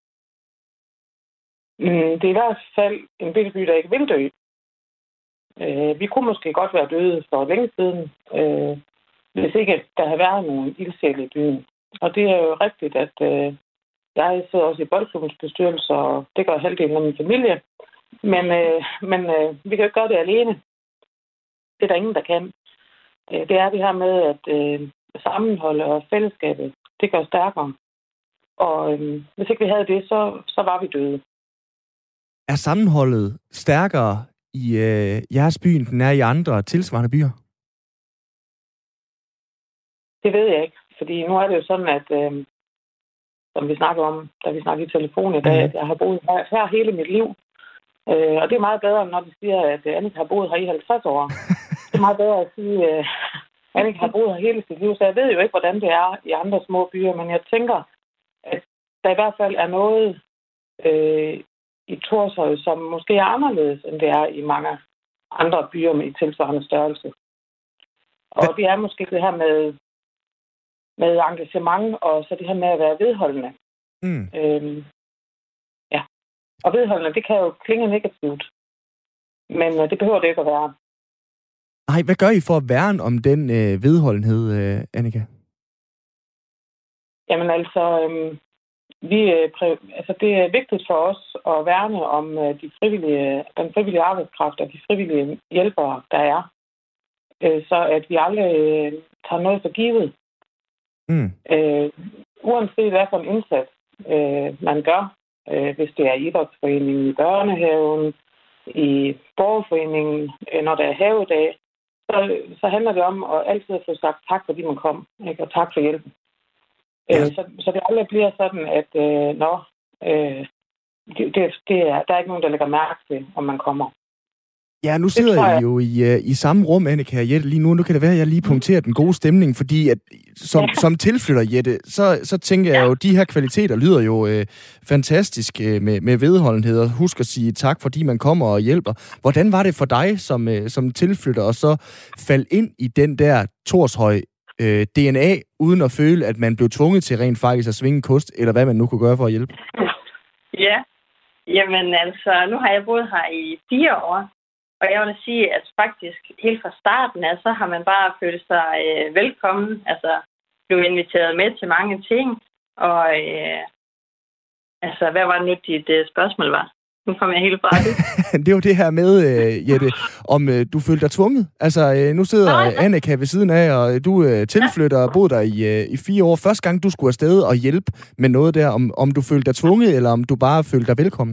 Mm, det er i hvert fald en bitte by, der ikke vil dø. Øh, vi kunne måske godt være døde for længe siden, øh, hvis ikke der havde været nogen ildsjæle i byen. Og det er jo rigtigt, at øh, jeg sidder også i boldklubbens bestyrelse, og det gør halvdelen af min familie. Men, øh, men øh, vi kan jo ikke gøre det alene. Det er der ingen, der kan. Øh, det er det her med, at øh, sammenholdet og fællesskabet, det gør stærkere. Og øh, hvis ikke vi havde det, så, så var vi døde. Er sammenholdet stærkere i øh, jeres by, end den er i andre tilsvarende byer? Det ved jeg ikke. Fordi nu er det jo sådan, at øh, som vi snakker om, da vi snakker i telefon i dag, mm. at jeg har boet her, her hele mit liv. Øh, og det er meget bedre, når de siger, at Annika har boet her i halvtreds år. Det er meget bedre at sige, at Annika har boet her hele sit liv. Så jeg ved jo ikke, hvordan det er i andre små byer, men jeg tænker, at der i hvert fald er noget øh, i Torshøj, som måske er anderledes, end det er i mange andre byer med tilsvarende størrelse. Og det er måske det her med, med engagement, og så det her med at være vedholdende. Mm. Øhm, ja. Og vedholdende, det kan jo klinge negativt. Men øh, det behøver det ikke at være. Nej, hvad gør I for at værne om den øh, vedholdenhed, øh, Annika? Jamen altså, øh, vi, øh, præ- altså, det er vigtigt for os at værne om øh, de frivillige, den frivillige arbejdskraft og de frivillige hjælpere, der er. Øh, så at vi aldrig øh, tager noget for givet. Mm. Øh, uanset hvad for en indsats øh, man gør, øh, hvis det er idrætsforeningen i børnehaven, i borgerforeningen, øh, når der er havedag, så, så handler det om at altid få sagt tak, fordi man kom, ikke? Og tak for hjælpen. Ja. Øh, så, så det aldrig bliver sådan, at øh, nå, øh, det, det, det er, der er ikke nogen, der lægger mærke til, om man kommer. Ja, nu sidder I jo i, uh, i samme rum, Annika og Jette, lige nu. Nu kan det være, at jeg lige punkterer den gode stemning, fordi at, som, ja. som tilflytter, Jette, så, så tænker jeg jo, at de her kvaliteter lyder jo uh, fantastisk uh, med, med vedholdenhed, og husk at sige tak, fordi man kommer og hjælper. Hvordan var det for dig som, uh, som tilflytter, og så falde ind i den der Torshøj uh, D N A, uden at føle, at man blev tvunget til rent faktisk at svinge kost, eller hvad man nu kunne gøre for at hjælpe? Ja, jamen altså, nu har jeg boet her i fire år. Og jeg vil sige, at faktisk helt fra starten af, så har man bare følt sig øh, velkommen. Altså, blev inviteret med til mange ting. Og øh, altså, hvad var det nu, dit øh, spørgsmål var? Nu kom jeg helt fra det. Det var det her med, øh, Jette, om øh, du følte dig tvunget. Altså, øh, nu sidder øh, Annika ved siden af, og du øh, tilflytter og boede der i, øh, i fire år. Første gang, du skulle afsted og hjælpe med noget der, om, om du følte dig tvunget, eller om du bare følte dig velkommen?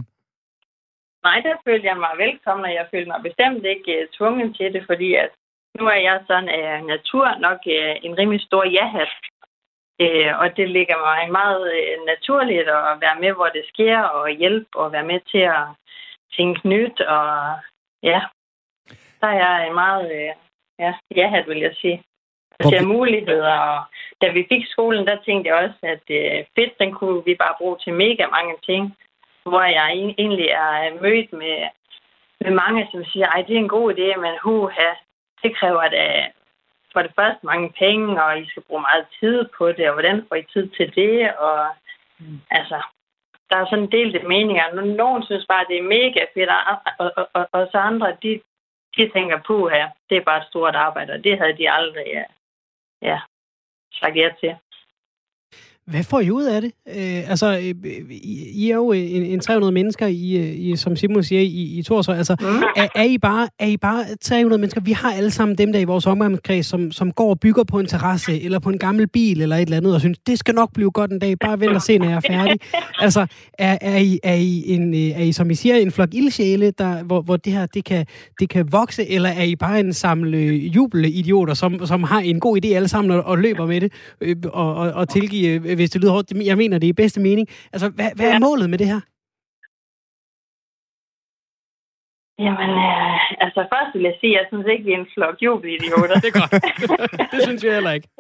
Nej, der følte jeg mig velkommen, og jeg følte mig bestemt ikke uh, tvunget til det, fordi at nu er jeg sådan af uh, natur nok uh, en rimelig stor ja-hat. Uh, og det ligger mig meget uh, naturligt at være med, hvor det sker, og hjælpe, og være med til at tænke nyt, og ja, der er jeg meget uh, ja, ja-hat, vil jeg sige. Der ser muligheder, og da vi fik skolen, der tænkte jeg også, at uh, fedt, den kunne vi bare bruge til mega mange ting. Hvor jeg egentlig er mødt med, med mange, som siger, ej, det er en god idé, men huha, det kræver da for det første mange penge, og I skal bruge meget tid på det, og hvordan får I tid til det, og mm. altså, der er sådan delte meninger. Nogen synes bare, det er mega fedt, og, og, og, og så andre, de, de tænker, puha, det er bare et stort arbejde, og det havde de aldrig ja, sagt ja til. Hvad får I ud af det? Øh, altså, øh, I er jo en, en tre hundrede mennesker, i, i, som Simon siger, i, i Torshøj. Altså, mm. er, er, I bare, er I bare tre hundrede mennesker? Vi har alle sammen dem der i vores omgangskreds, som, som går og bygger på en terrasse, eller på en gammel bil, eller et eller andet, og synes, det skal nok blive godt en dag. Bare vent og se, når jeg er færdig. Altså, er, er, I, er, I en, er I, som I siger, en flok ildsjæle, der, hvor, hvor det her, det kan, det kan vokse, eller er I bare en samle jubelidioter, som, som har en god idé alle sammen, og, og løber med det, øh, og, og, og tilgive, hvis det lyder hårdt. Jeg mener, det er i bedste mening. Altså, hvad, hvad er målet med det her? Jamen, øh, altså først vil jeg sige, at jeg synes ikke, vi er en flok jubelidioter. Det er godt. Det synes jeg heller ikke.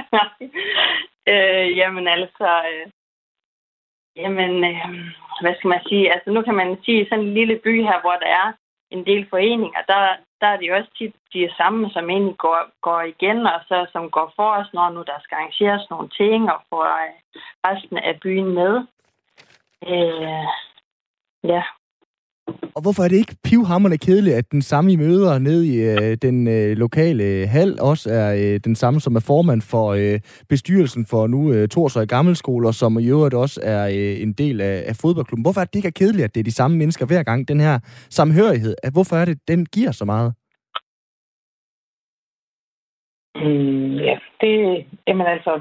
øh, jamen altså, øh, jamen, øh, hvad skal man sige? Altså nu kan man sige, sådan en lille by her, hvor der er en del foreninger, der, der er det jo også tit de samme, som egentlig går, går igen, og så som går for os, når nu der skal arrangeres nogle ting, og får resten af byen med. Øh, ja. Og hvorfor er det ikke pivhamrende kedeligt, at den samme I møder nede i øh, den øh, lokale hal også er øh, den samme, som er formand for øh, bestyrelsen for nu øh, Torshøj Gammelskole, og som i øvrigt også er øh, en del af, af fodboldklubben. Hvorfor er det ikke kedeligt, at det er de samme mennesker hver gang, den her samhørighed? At hvorfor er det, den giver så meget? Mm, ja, det, jamen altså,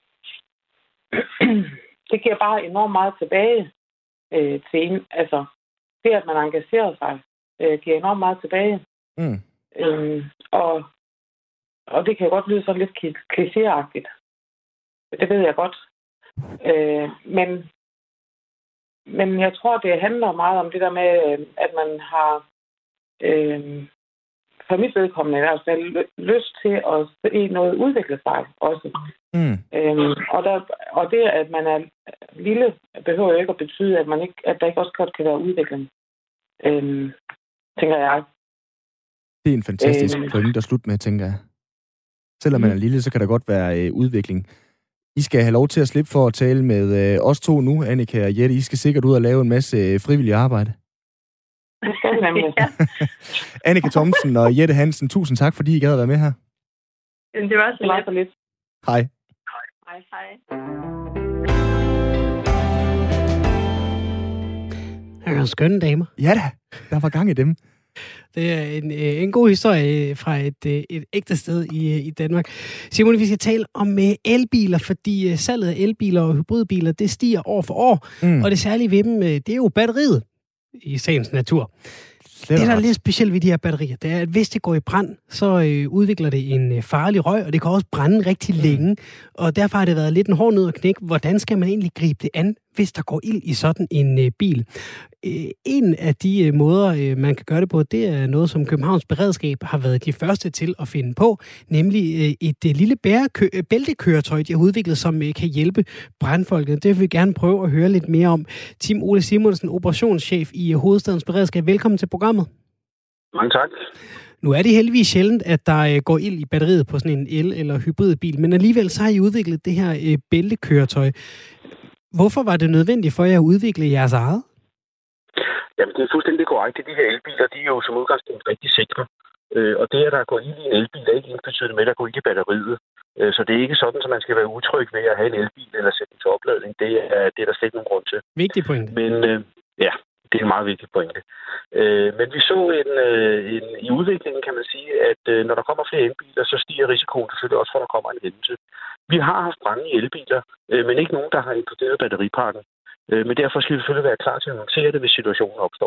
det giver bare enormt meget tilbage øh, til en, altså, det, at man engagerer sig, øh, giver enormt meget tilbage. Mm. Øhm, og, og det kan godt lyde sådan lidt klichéagtigt. Det ved jeg godt. Øh, men, men jeg tror, det handler meget om det der med, at man har, øh, for mit vedkommende i hvert fald, lyst til at se noget udvikle sig også. Mm. Øhm, og, der, og det, at man er lille, behøver jo ikke at betyde, at, man ikke, at der ikke også godt kan være udvikling. Øhm, tænker jeg. Det er en fantastisk øhm. pointe at slutte med, tænker jeg. Selvom man er lille, så kan der godt være øh, udvikling. I skal have lov til at slippe for at tale med øh, os to nu, Annika og Jette. I skal sikkert ud og lave en masse øh, frivillig arbejde. Det skal vi nemlig. Annika Thomsen og Jette Hansen, tusind tak, fordi I gad at være med her. Det var så meget for lidt. Hej. Hej, hej. Der er skønne damer. Ja da, der var gang i dem. Det er en, en god historie fra et, et ægte sted i, i Danmark. Simon, vi skal tale om elbiler, fordi salget af elbiler og hybridbiler, det stiger år for år. Mm. Og det særlige ved dem, det er jo batteriet i sagens natur. Det, der er lidt specielt ved de her batterier, det er, at hvis det går i brand, så øh, udvikler det en øh, farlig røg, og det kan også brænde rigtig længe. Og derfor har det været lidt en hård nød at knække. Hvordan skal man egentlig gribe det an, hvis der går ild i sådan en øh, bil? Øh, en af de øh, måder, øh, man kan gøre det på, det er noget, som Københavns Beredskab har været de første til at finde på, nemlig øh, et øh, lille bærekø- bæltekøretøj, de har udviklet, som øh, kan hjælpe brandfolket. Det vil vi gerne prøve at høre lidt mere om. Tim Ole Simonsen, operationschef i øh, Hovedstadens Beredskab. Velkommen til programmet. Mange tak. Nu er det heldigvis sjældent, at der øh, går ild i batteriet på sådan en el- eller hybridbil, men alligevel så har I udviklet det her øh, bæltekøretøj. Hvorfor var det nødvendigt for jer at udvikle jeres eget? Jamen, det er fuldstændig korrekt. De her elbiler, de er jo som udgangspunkt rigtig sikre. Øh, og det, at der går ild i en elbil, er ikke ensbetydende med, at der går ild i batteriet. Øh, så det er ikke sådan, at man skal være utryg ved at have en elbil eller sætte den til opladning. Det er, det er der slet ikke nogen grund til. Vigtig pointe. Men øh, ja, det er en meget vigtig pointe. Øh, men vi så en, øh, en, i udviklingen, kan man sige, at øh, når der kommer flere elbiler, så stiger risikoen selvfølgelig også for, at der kommer en hændelse. Vi har haft brande i elbiler, øh, men ikke nogen, der har inkluderet batteriparken. Øh, men derfor skal vi selvfølgelig være klar til at håndtere det, hvis situationen opstår.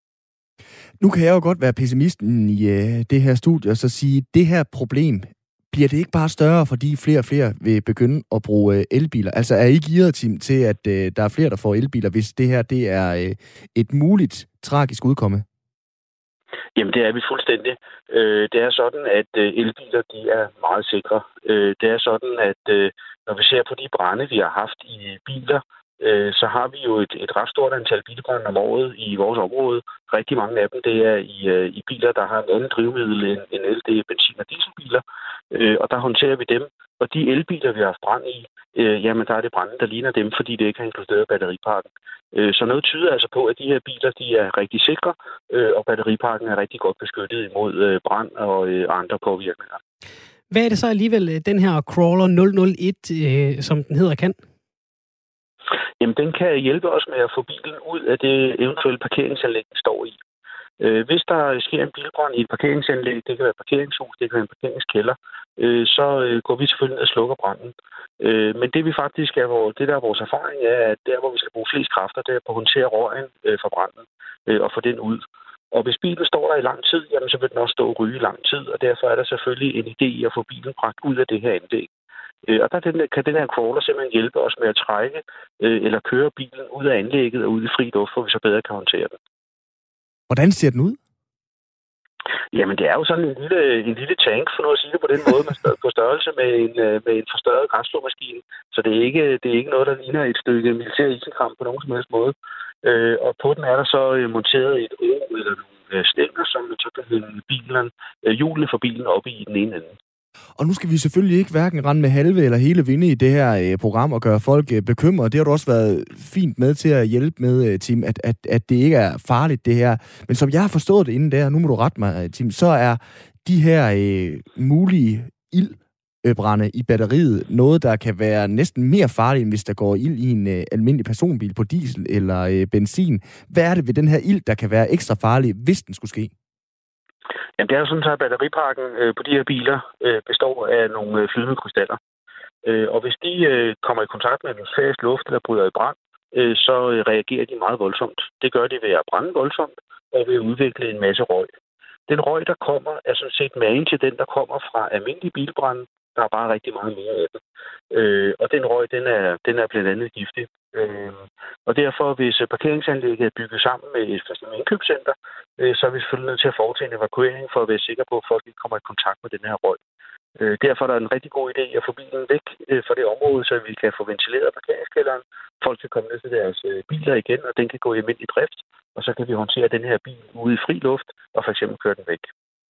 Nu kan jeg jo godt være pessimisten i øh, det her studie, og så sige, at det her problem, bliver det ikke bare større, fordi flere og flere vil begynde at bruge øh, elbiler? Altså er I gearet, Tim, til, at øh, der er flere, der får elbiler, hvis det her det er øh, et muligt tragisk udkomme? Jamen, det er vi fuldstændig. Øh, det er sådan, at øh, elbiler, de er meget sikre. Øh, det er sådan, at øh, når vi ser på de brande, vi har haft i biler, øh, så har vi jo et, et ret stort antal bilbrande om året i vores område. Rigtig mange af dem, det er i, øh, i biler, der har en anden drivmiddel end, end el, det er benzin- og dieselbiler. Øh, og der håndterer vi dem. Og de elbiler, vi har haft brand i, øh, jamen der er det branden, der ligner dem, fordi det ikke har inkluderet batteriparken. Øh, så noget tyder altså på, at de her biler, de er rigtig sikre, øh, og batteriparken er rigtig godt beskyttet imod øh, brand og øh, andre påvirkninger. Hvad er det så alligevel, den her Crawler nul nul et, øh, som den hedder, kan? Jamen, den kan hjælpe os med at få bilen ud af det eventuelle parkeringsanlæg, den står i. Hvis der sker en bilbrand i et parkeringsanlæg, det kan være et parkeringshus, det kan være en parkeringskælder, så går vi selvfølgelig ned og slukker branden. Men det vi faktisk er, det der er vores erfaring, er, at der, hvor vi skal bruge flest kræfter, det er på at håndtere røgen fra branden og få den ud. Og hvis bilen står der i lang tid, jamen, så vil den også stå og ryge i lang tid, og derfor er der selvfølgelig en idé i at få bilen bragt ud af det her anlæg. Og der kan den her crawler simpelthen hjælpe os med at trække eller køre bilen ud af anlægget og ud i fri luft, hvor vi så bedre kan håndtere den. Hvordan ser den ud? Jamen, det er jo sådan en lille, en lille tank, for nu at sige det på den måde, man står på størrelse med en, med en forstørret græsslåmaskine. Så det er, ikke, det er ikke noget, der ligner et stykke militær isenkram på nogen som helst måde. Øh, og på den er der så monteret et O eller nogle øh, stænger, som man så kan hælde bilen, øh, hjulene for bilen op i den ene ende. Og nu skal vi selvfølgelig ikke hverken rende med halve eller hele vinde i det her øh, program og gøre folk øh, bekymrede. Det har du også været fint med til at hjælpe med, øh, Tim, at, at, at det ikke er farligt, det her. Men som jeg har forstået det inden der, nu må du rette mig, Tim, så er de her øh, mulige ildbrande i batteriet noget, der kan være næsten mere farligt, end hvis der går ild i en øh, almindelig personbil på diesel eller øh, benzin. Hvad er det ved den her ild, der kan være ekstra farlig, hvis den skulle ske? Jamen, det er jo sådan, at batteripakken øh, på de her biler øh, består af nogle øh, flydende krystaller. Øh, og hvis de øh, kommer i kontakt med en fast luft, der bryder i brand, øh, så øh, reagerer de meget voldsomt. Det gør de ved at brænde voldsomt og ved at udvikle en masse røg. Den røg, der kommer, er sådan set magen til den, der kommer fra almindelig bilbrand. Der er bare rigtig meget mere af den. Øh, og den røg, den er, den er blandt andet giftig. Øh, og derfor, hvis parkeringsanlægget er bygget sammen med et fast indkøbscenter, øh, så er vi selvfølgelig nødt til at foretage en evakuering for at være sikre på, at folk ikke kommer i kontakt med den her røg. Øh, derfor er der en rigtig god idé at få bilen væk øh, fra det område, så vi kan få ventileret parkeringskælderen. Folk kan komme ned til deres øh, biler igen, og den kan gå i almindelig drift. Og så kan vi håndtere den her bil ude i fri luft og for eksempel køre den væk.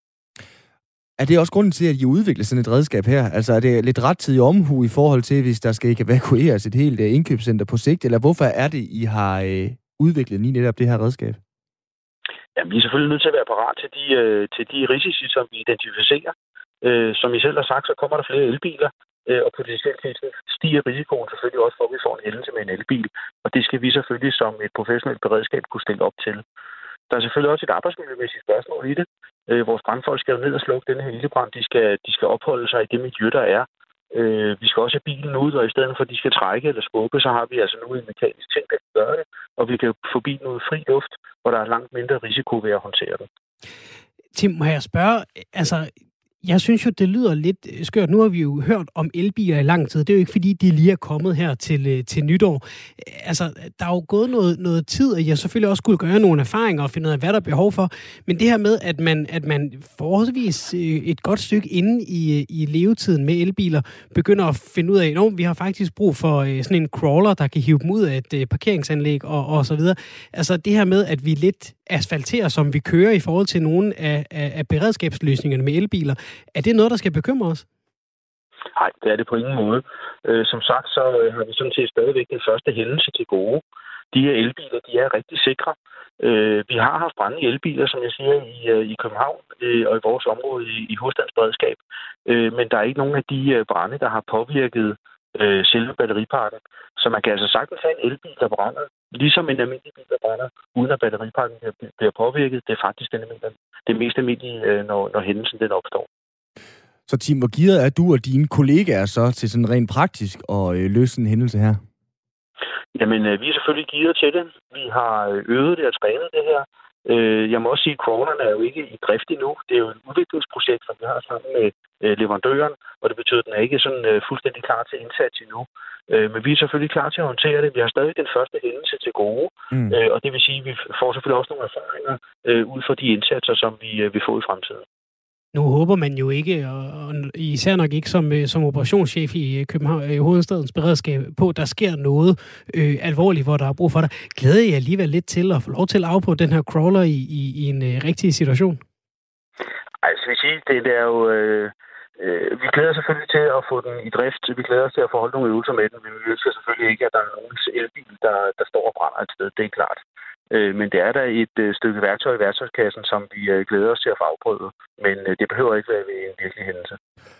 Er det også grunden til, at I udvikler sådan et redskab her? Altså er det lidt rettidig omhu i forhold til, hvis der skal ikke evakueres et helt uh, indkøbscenter på sigt? Eller hvorfor er det, I har uh, udviklet lige netop det her redskab? Jamen, vi er selvfølgelig nødt til at være parat til de, uh, til de risici, som vi identificerer. Uh, som I selv har sagt, så kommer der flere elbiler, uh, og potentielt stiger risikoen selvfølgelig også for, at vi får en hændelse med en elbil. Og det skal vi selvfølgelig som et professionelt beredskab kunne stille op til. Der er selvfølgelig også et arbejdsmiljømæssigt spørgsmål i det. Øh, vores brandfolk skal jo ned og slukke den her ildebrand. De skal, de skal opholde sig i det miljø, der er. Øh, vi skal også have bilen ud, og i stedet for, at de skal trække eller skubbe, så har vi altså nu en mekanisk ting, der kan gøre det. Og vi kan få bilen ud i fri luft, hvor der er langt mindre risiko ved at håndtere den. Tim, må jeg spørge, altså... Jeg synes jo, det lyder lidt skørt. Nu har vi jo hørt om elbiler i lang tid. Det er jo ikke, fordi de lige er kommet her til, til nytår. Altså, der er jo gået noget, noget tid, og jeg selvfølgelig også skulle gøre nogle erfaringer og finde ud af, hvad der er behov for. Men det her med, at man, at man forholdsvis et godt stykke inde i, i levetiden med elbiler, begynder at finde ud af, at vi har faktisk brug for sådan en crawler, der kan hive dem ud af et parkeringsanlæg og, og så videre. Altså, det her med, at vi lidt asfalterer, som vi kører i forhold til nogle af, af, af beredskabsløsningerne med elbiler. Er det noget, der skal bekymre os? Nej, det er det på ingen måde. Øh, som sagt, så har vi sådan set stadigvæk den første hændelse til gode. De her elbiler, de er rigtig sikre. Øh, vi har haft brande i elbiler, som jeg siger, i, i København øh, og i vores område i, i hovedstadsberedskab. Øh, men der er ikke nogen af de brande, der har påvirket øh, selve batteriparken. Så man kan altså sagtens have en elbil, der brænder, ligesom en almindelig bil, der brænder, uden at batteriparken bliver påvirket. Det er faktisk den det mest almindelige, øh, når, når hændelsen den opstår. Så Tim, hvor gearet er du og dine kollegaer så til sådan rent praktisk at øh, løse en hændelse her? Jamen, øh, vi er selvfølgelig gearet til det. Vi har øvet det og trænet det her. Øh, jeg må også sige, at crawlerne er jo ikke i drift endnu. Det er jo et udviklingsprojekt, som vi har sammen med øh, leverandøren, og det betyder, at den er ikke sådan øh, fuldstændig klar til indsats endnu. Øh, men vi er selvfølgelig klar til at håndtere det. Vi har stadig den første hændelse til gode, mm. øh, og det vil sige, at vi får selvfølgelig også nogle erfaringer øh, ud fra de indsatser, som vi øh, vil få i fremtiden. Nu håber man jo ikke, og især nok ikke som, som operationschef i København, i Hovedstadens beredskab, på, at der sker noget øh, alvorligt, hvor der er brug for dig. Glæder I alligevel lidt til at få lov til at afprøve den her crawler i, i, i en øh, rigtig situation? Ej, så vil sige, det, det er jo... Øh, øh, vi glæder selvfølgelig til at få den i drift. Vi glæder os til at få holdt nogle øvelser med den. Vi ønsker selvfølgelig ikke, at der er nogen elbil, der, der står og brænder et sted. Det er klart. Men det er da et stykke værktøj i værktøjskassen, som vi glæder os til at få afprøvet. Men det behøver ikke være ved en virkelig hændelse.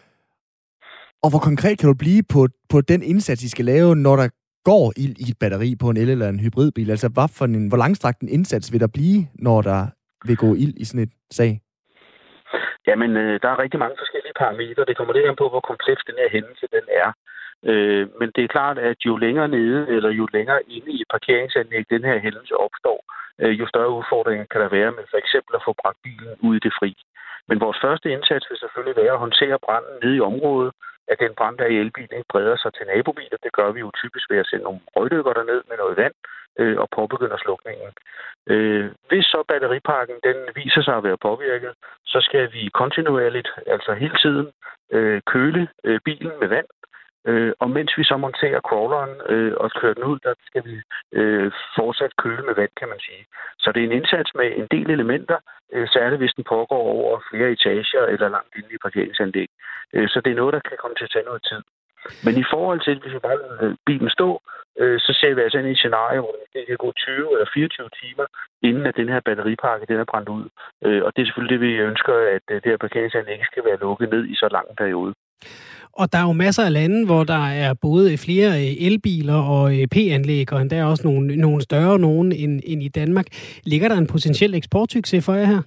Og hvor konkret kan du blive på, på den indsats, I skal lave, når der går ild i et batteri på en el- eller en hybridbil? Altså, hvad for en, hvor langstrakt en indsats vil der blive, når der vil gå ild i sådan et sag? Jamen, der er rigtig mange forskellige parametre. Det kommer lidt an på, hvor kompleks den her hændelse den er. Øh, men det er klart, at jo længere nede, eller jo længere inde i et parkeringsanlæg den her hændelse opstår, øh, jo større udfordringer kan der være med for eksempel at få bragt bilen ud i det fri. Men vores første indsats vil selvfølgelig være at håndtere branden nede i området, at den brand, der er i elbilen, ikke breder sig til nabobiler. Det gør vi jo typisk ved at sende nogle røgdykker derned med noget vand øh, og påbegynder slukningen. Øh, hvis så batteripakken den viser sig at være påvirket, så skal vi kontinuerligt, altså hele tiden, øh, køle øh, bilen med vand. Øh, og mens vi så monterer crawleren øh, og kører den ud, der skal vi øh, fortsat køle med vand, kan man sige. Så det er en indsats med en del elementer, øh, særligt hvis den pågår over flere etager eller langt inde i parkeringsanlæg. Øh, så det er noget, der kan komme til at tage noget tid. Men i forhold til, hvis vi bare lader bilen stå, øh, så ser vi altså ind i et scenarie, hvor det kan gå tyve eller fireogtyve timer, inden at den her batteripakke den er brændt ud. Øh, og det er selvfølgelig det, vi ønsker, at det her parkeringsanlæg ikke skal være lukket ned i så lang en periode. Og der er jo masser af lande, hvor der er både flere elbiler og P-anlæg, og endda også nogle, nogle større nogen end, end i Danmark. Ligger der en potentiel eksportsucces for jer her?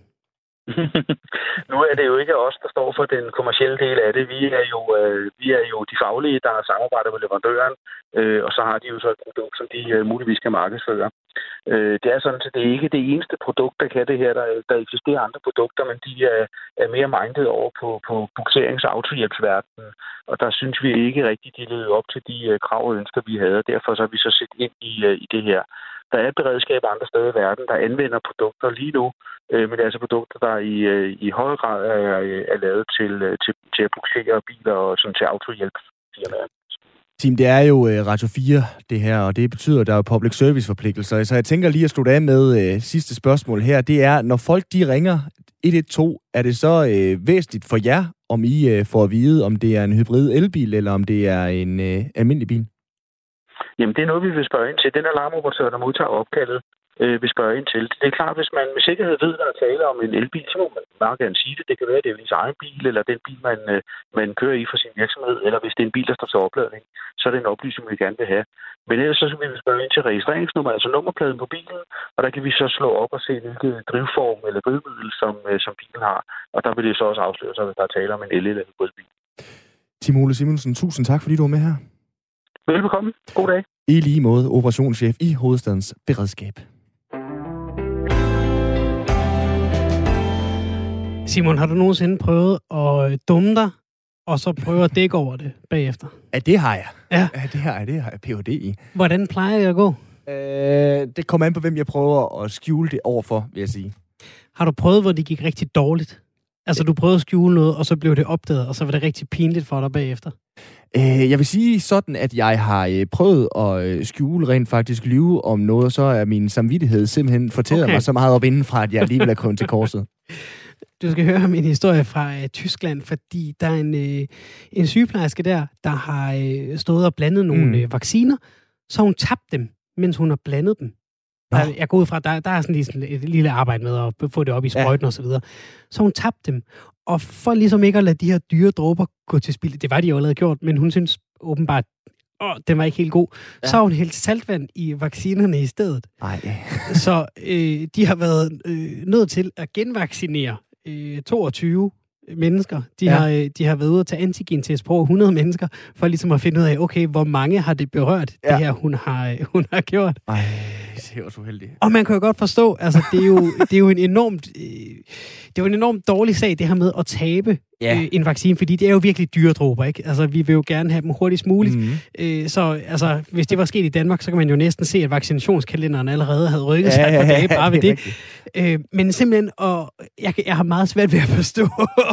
Nu er det jo ikke os, der står for den kommercielle del af det. Vi er jo, øh, vi er jo de faglige, der samarbejder med leverandøren, øh, og så har de jo så et produkt, som de øh, muligvis kan markedsføre. Øh, det er sådan, at det er ikke det eneste produkt, der kan det her. Der, der eksisterer andre produkter, men de er, er mere mindet over på, på bukserings- og autohjælpsverdenen, og der synes vi ikke rigtigt, de levede op til de øh, krav og ønsker, vi havde. Derfor så har vi så set ind i, øh, i det her. Der er beredskab andre steder i verden, der anvender produkter lige nu, øh, men det er altså produkter, der i, øh, i høj grad er, er lavet til, til, til at buksere biler og sådan til autohjælpsfirmaer. Tim, det er jo øh, Radio fire, det her, og det betyder, at der er public service-forpligtelser. Så jeg tænker lige at slutte af med øh, sidste spørgsmål her. Det er, når folk de ringer et et to, er det så øh, væsentligt for jer, om I øh, får at vide, om det er en hybrid elbil, eller om det er en øh, almindelig bil? Jamen, det er noget, vi vil spørge ind til. Den alarmoperatør, der modtager opkaldet, øh, vil spørge ind til. Det er klart, hvis man med sikkerhed ved, at der er tale om en elbil, så må man meget gerne sige det. Det kan være, at det er ens egen bil, eller den bil, man, øh, man kører i for sin virksomhed, eller hvis det er en bil, der står til opladning, så er det en oplysning, vi gerne vil have. Men ellers så vil vi spørge ind til registreringsnummer, altså nummerpladen på bilen, og der kan vi så slå op og se, hvilken drivform eller drivmiddel, som, øh, som bilen har. Og der vil det så også afsløre sig, hvis der er tale om en el- eller hybridbil. Tim Ole Simonsen, tusind tak, fordi du var med her. Velbekomme. God dag. I lige måde operationschef i Hovedstadens Beredskab. Simon, har du nogensinde prøvet at dumme dig, og så prøve at dække over det bagefter? Ja, det har jeg. Ja. Ja, det har jeg. Det har jeg P H D i. Hvordan plejer det at gå? Øh, det kommer an på, hvem jeg prøver at skjule det overfor, vil jeg sige. Har du prøvet, hvor det gik rigtig dårligt? Altså, du prøvede at skjule noget, og så blev det opdaget, og så var det rigtig pinligt for dig bagefter? Øh, jeg vil sige sådan, at jeg har øh, prøvet at øh, skjule rent faktisk lyve om noget, så er min samvittighed simpelthen fortæller okay. mig så meget op indenfra, at jeg alligevel er kommet til korset. Du skal høre min historie fra øh, Tyskland, fordi der er en, øh, en sygeplejerske der, der har øh, stået og blandet nogle mm. øh, vacciner, så hun tabte dem, mens hun har blandet dem. Der, jeg går ud fra, der, der er sådan lige sådan et lille arbejde med at få det op i sprøjten ja. og så videre. Så hun tabte dem. Og for ligesom ikke at lade de her dyre dråber gå til spil, det var de jo allerede gjort, men hun synes åbenbart, åh, den var ikke helt god. Ja. Så har hun hældt saltvand i vaccinerne i stedet. Ej. Så øh, de har været øh, nødt til at genvaccinere øh, toogtyve mennesker. De, ja. har, øh, de har været ude at tage antigentest på hundrede mennesker, for ligesom at finde ud af, okay, hvor mange har det berørt, ja. det her, hun har, øh, hun har gjort. Ej, det var så uheldigt. Og man kan jo godt forstå, altså, det er jo, det er jo en enormt, øh, det er jo en enormt dårlig sag, det her med at tabe ja. øh, en vaccine, fordi det er jo virkelig dyre dråber, ikke? Altså, vi vil jo gerne have dem hurtigst muligt. Mm-hmm. Øh, så altså, hvis det var sket i Danmark, så kan man jo næsten se, at vaccinationskalenderen allerede havde rykket ja, sig på dage bare ved det. det. Øh, men simpelthen, og jeg, jeg har meget svært ved at forstå,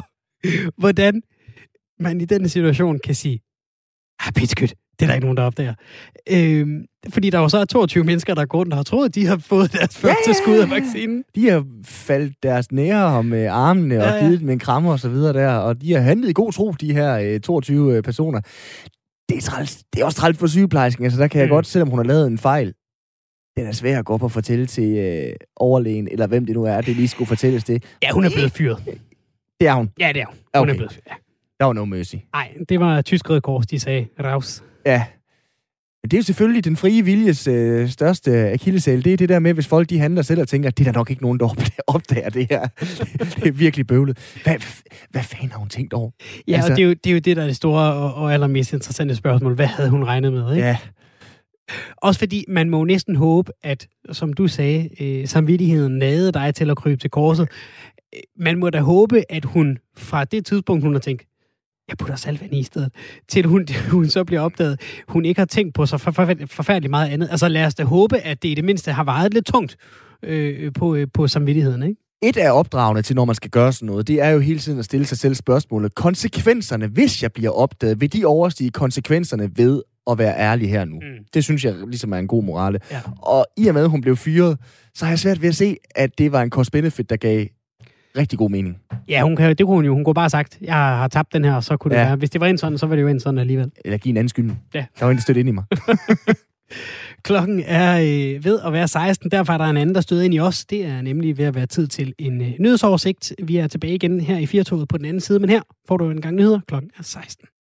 hvordan man i den situation kan sige, ah, pitskødt, det er der ikke nogen, der opdager. Øhm, fordi der jo så er toogtyve mennesker, der går rundt og har troet, at de har fået deres første ja, skud af vaccinen. De har faldt deres nære om øh, armene ja, ja. og givet dem en krammer og så videre der, og de har handlet i god tro, de her øh, toogtyve øh, personer. Det er, træls. Det er også træls for sygeplejersken, altså der kan jeg mm. godt, selvom hun har lavet en fejl, den er svær at gå op og fortælle til øh, overlægen, eller hvem det nu er, det lige skulle fortælles det. Ja, hun er blevet fyret. Det er hun? Ja, det er hun. Hun okay. er blevet fyret, ja. Der var no mercy. Nej, det var tysk Røde Kors, de sagde, raus. Ja. Det er jo selvfølgelig den frie viljes øh, største akilleshæl. Det er det der med, hvis folk de handler selv og tænker, at det er der nok ikke nogen, der opdager det her. Det er virkelig bøvlet. Hvad, hvad fanden har hun tænkt over? Ja, altså, og det er, jo, det er jo det, der er det store og, og allermest interessante spørgsmål. Hvad havde hun regnet med, ikke? Ja. Også fordi man må næsten håbe, at, som du sagde, øh, samvittigheden nagede dig til at krybe til korset. Man må da håbe, at hun fra det tidspunkt, hun har tænkt, jeg putter saltvand i stedet, til hun, hun så bliver opdaget, hun ikke har tænkt på så forfærdeligt meget andet. Altså lad os da håbe, at det i det mindste har vejet lidt tungt øh, på, øh, på samvittigheden, ikke? et af opdragene til, når man skal gøre sådan noget, det er jo hele tiden at stille sig selv spørgsmålet, konsekvenserne, hvis jeg bliver opdaget, vil de overstige konsekvenserne ved at være ærlig her nu? Mm. Det synes jeg ligesom er en god morale. Ja. Og i og med, at hun blev fyret, så har jeg svært ved at se, at det var en cost-benefit, der gav rigtig god mening. Ja, hun kan, det kunne hun jo. Hun kunne bare have sagt, jeg har tabt den her, og så kunne det ja. være. Hvis det var en sådan, så var det jo en sådan alligevel. Eller give en anden skyld. Ja. Der var en, der stødte ind i mig. Klokken er øh, ved at være seksten, derfor er der en anden, der støder ind i os. Det er nemlig ved at være tid til en øh, nyhedsoversigt. Vi er tilbage igen her i Firtoget på den anden side, men her får du en gang nyheder. Klokken er seksten.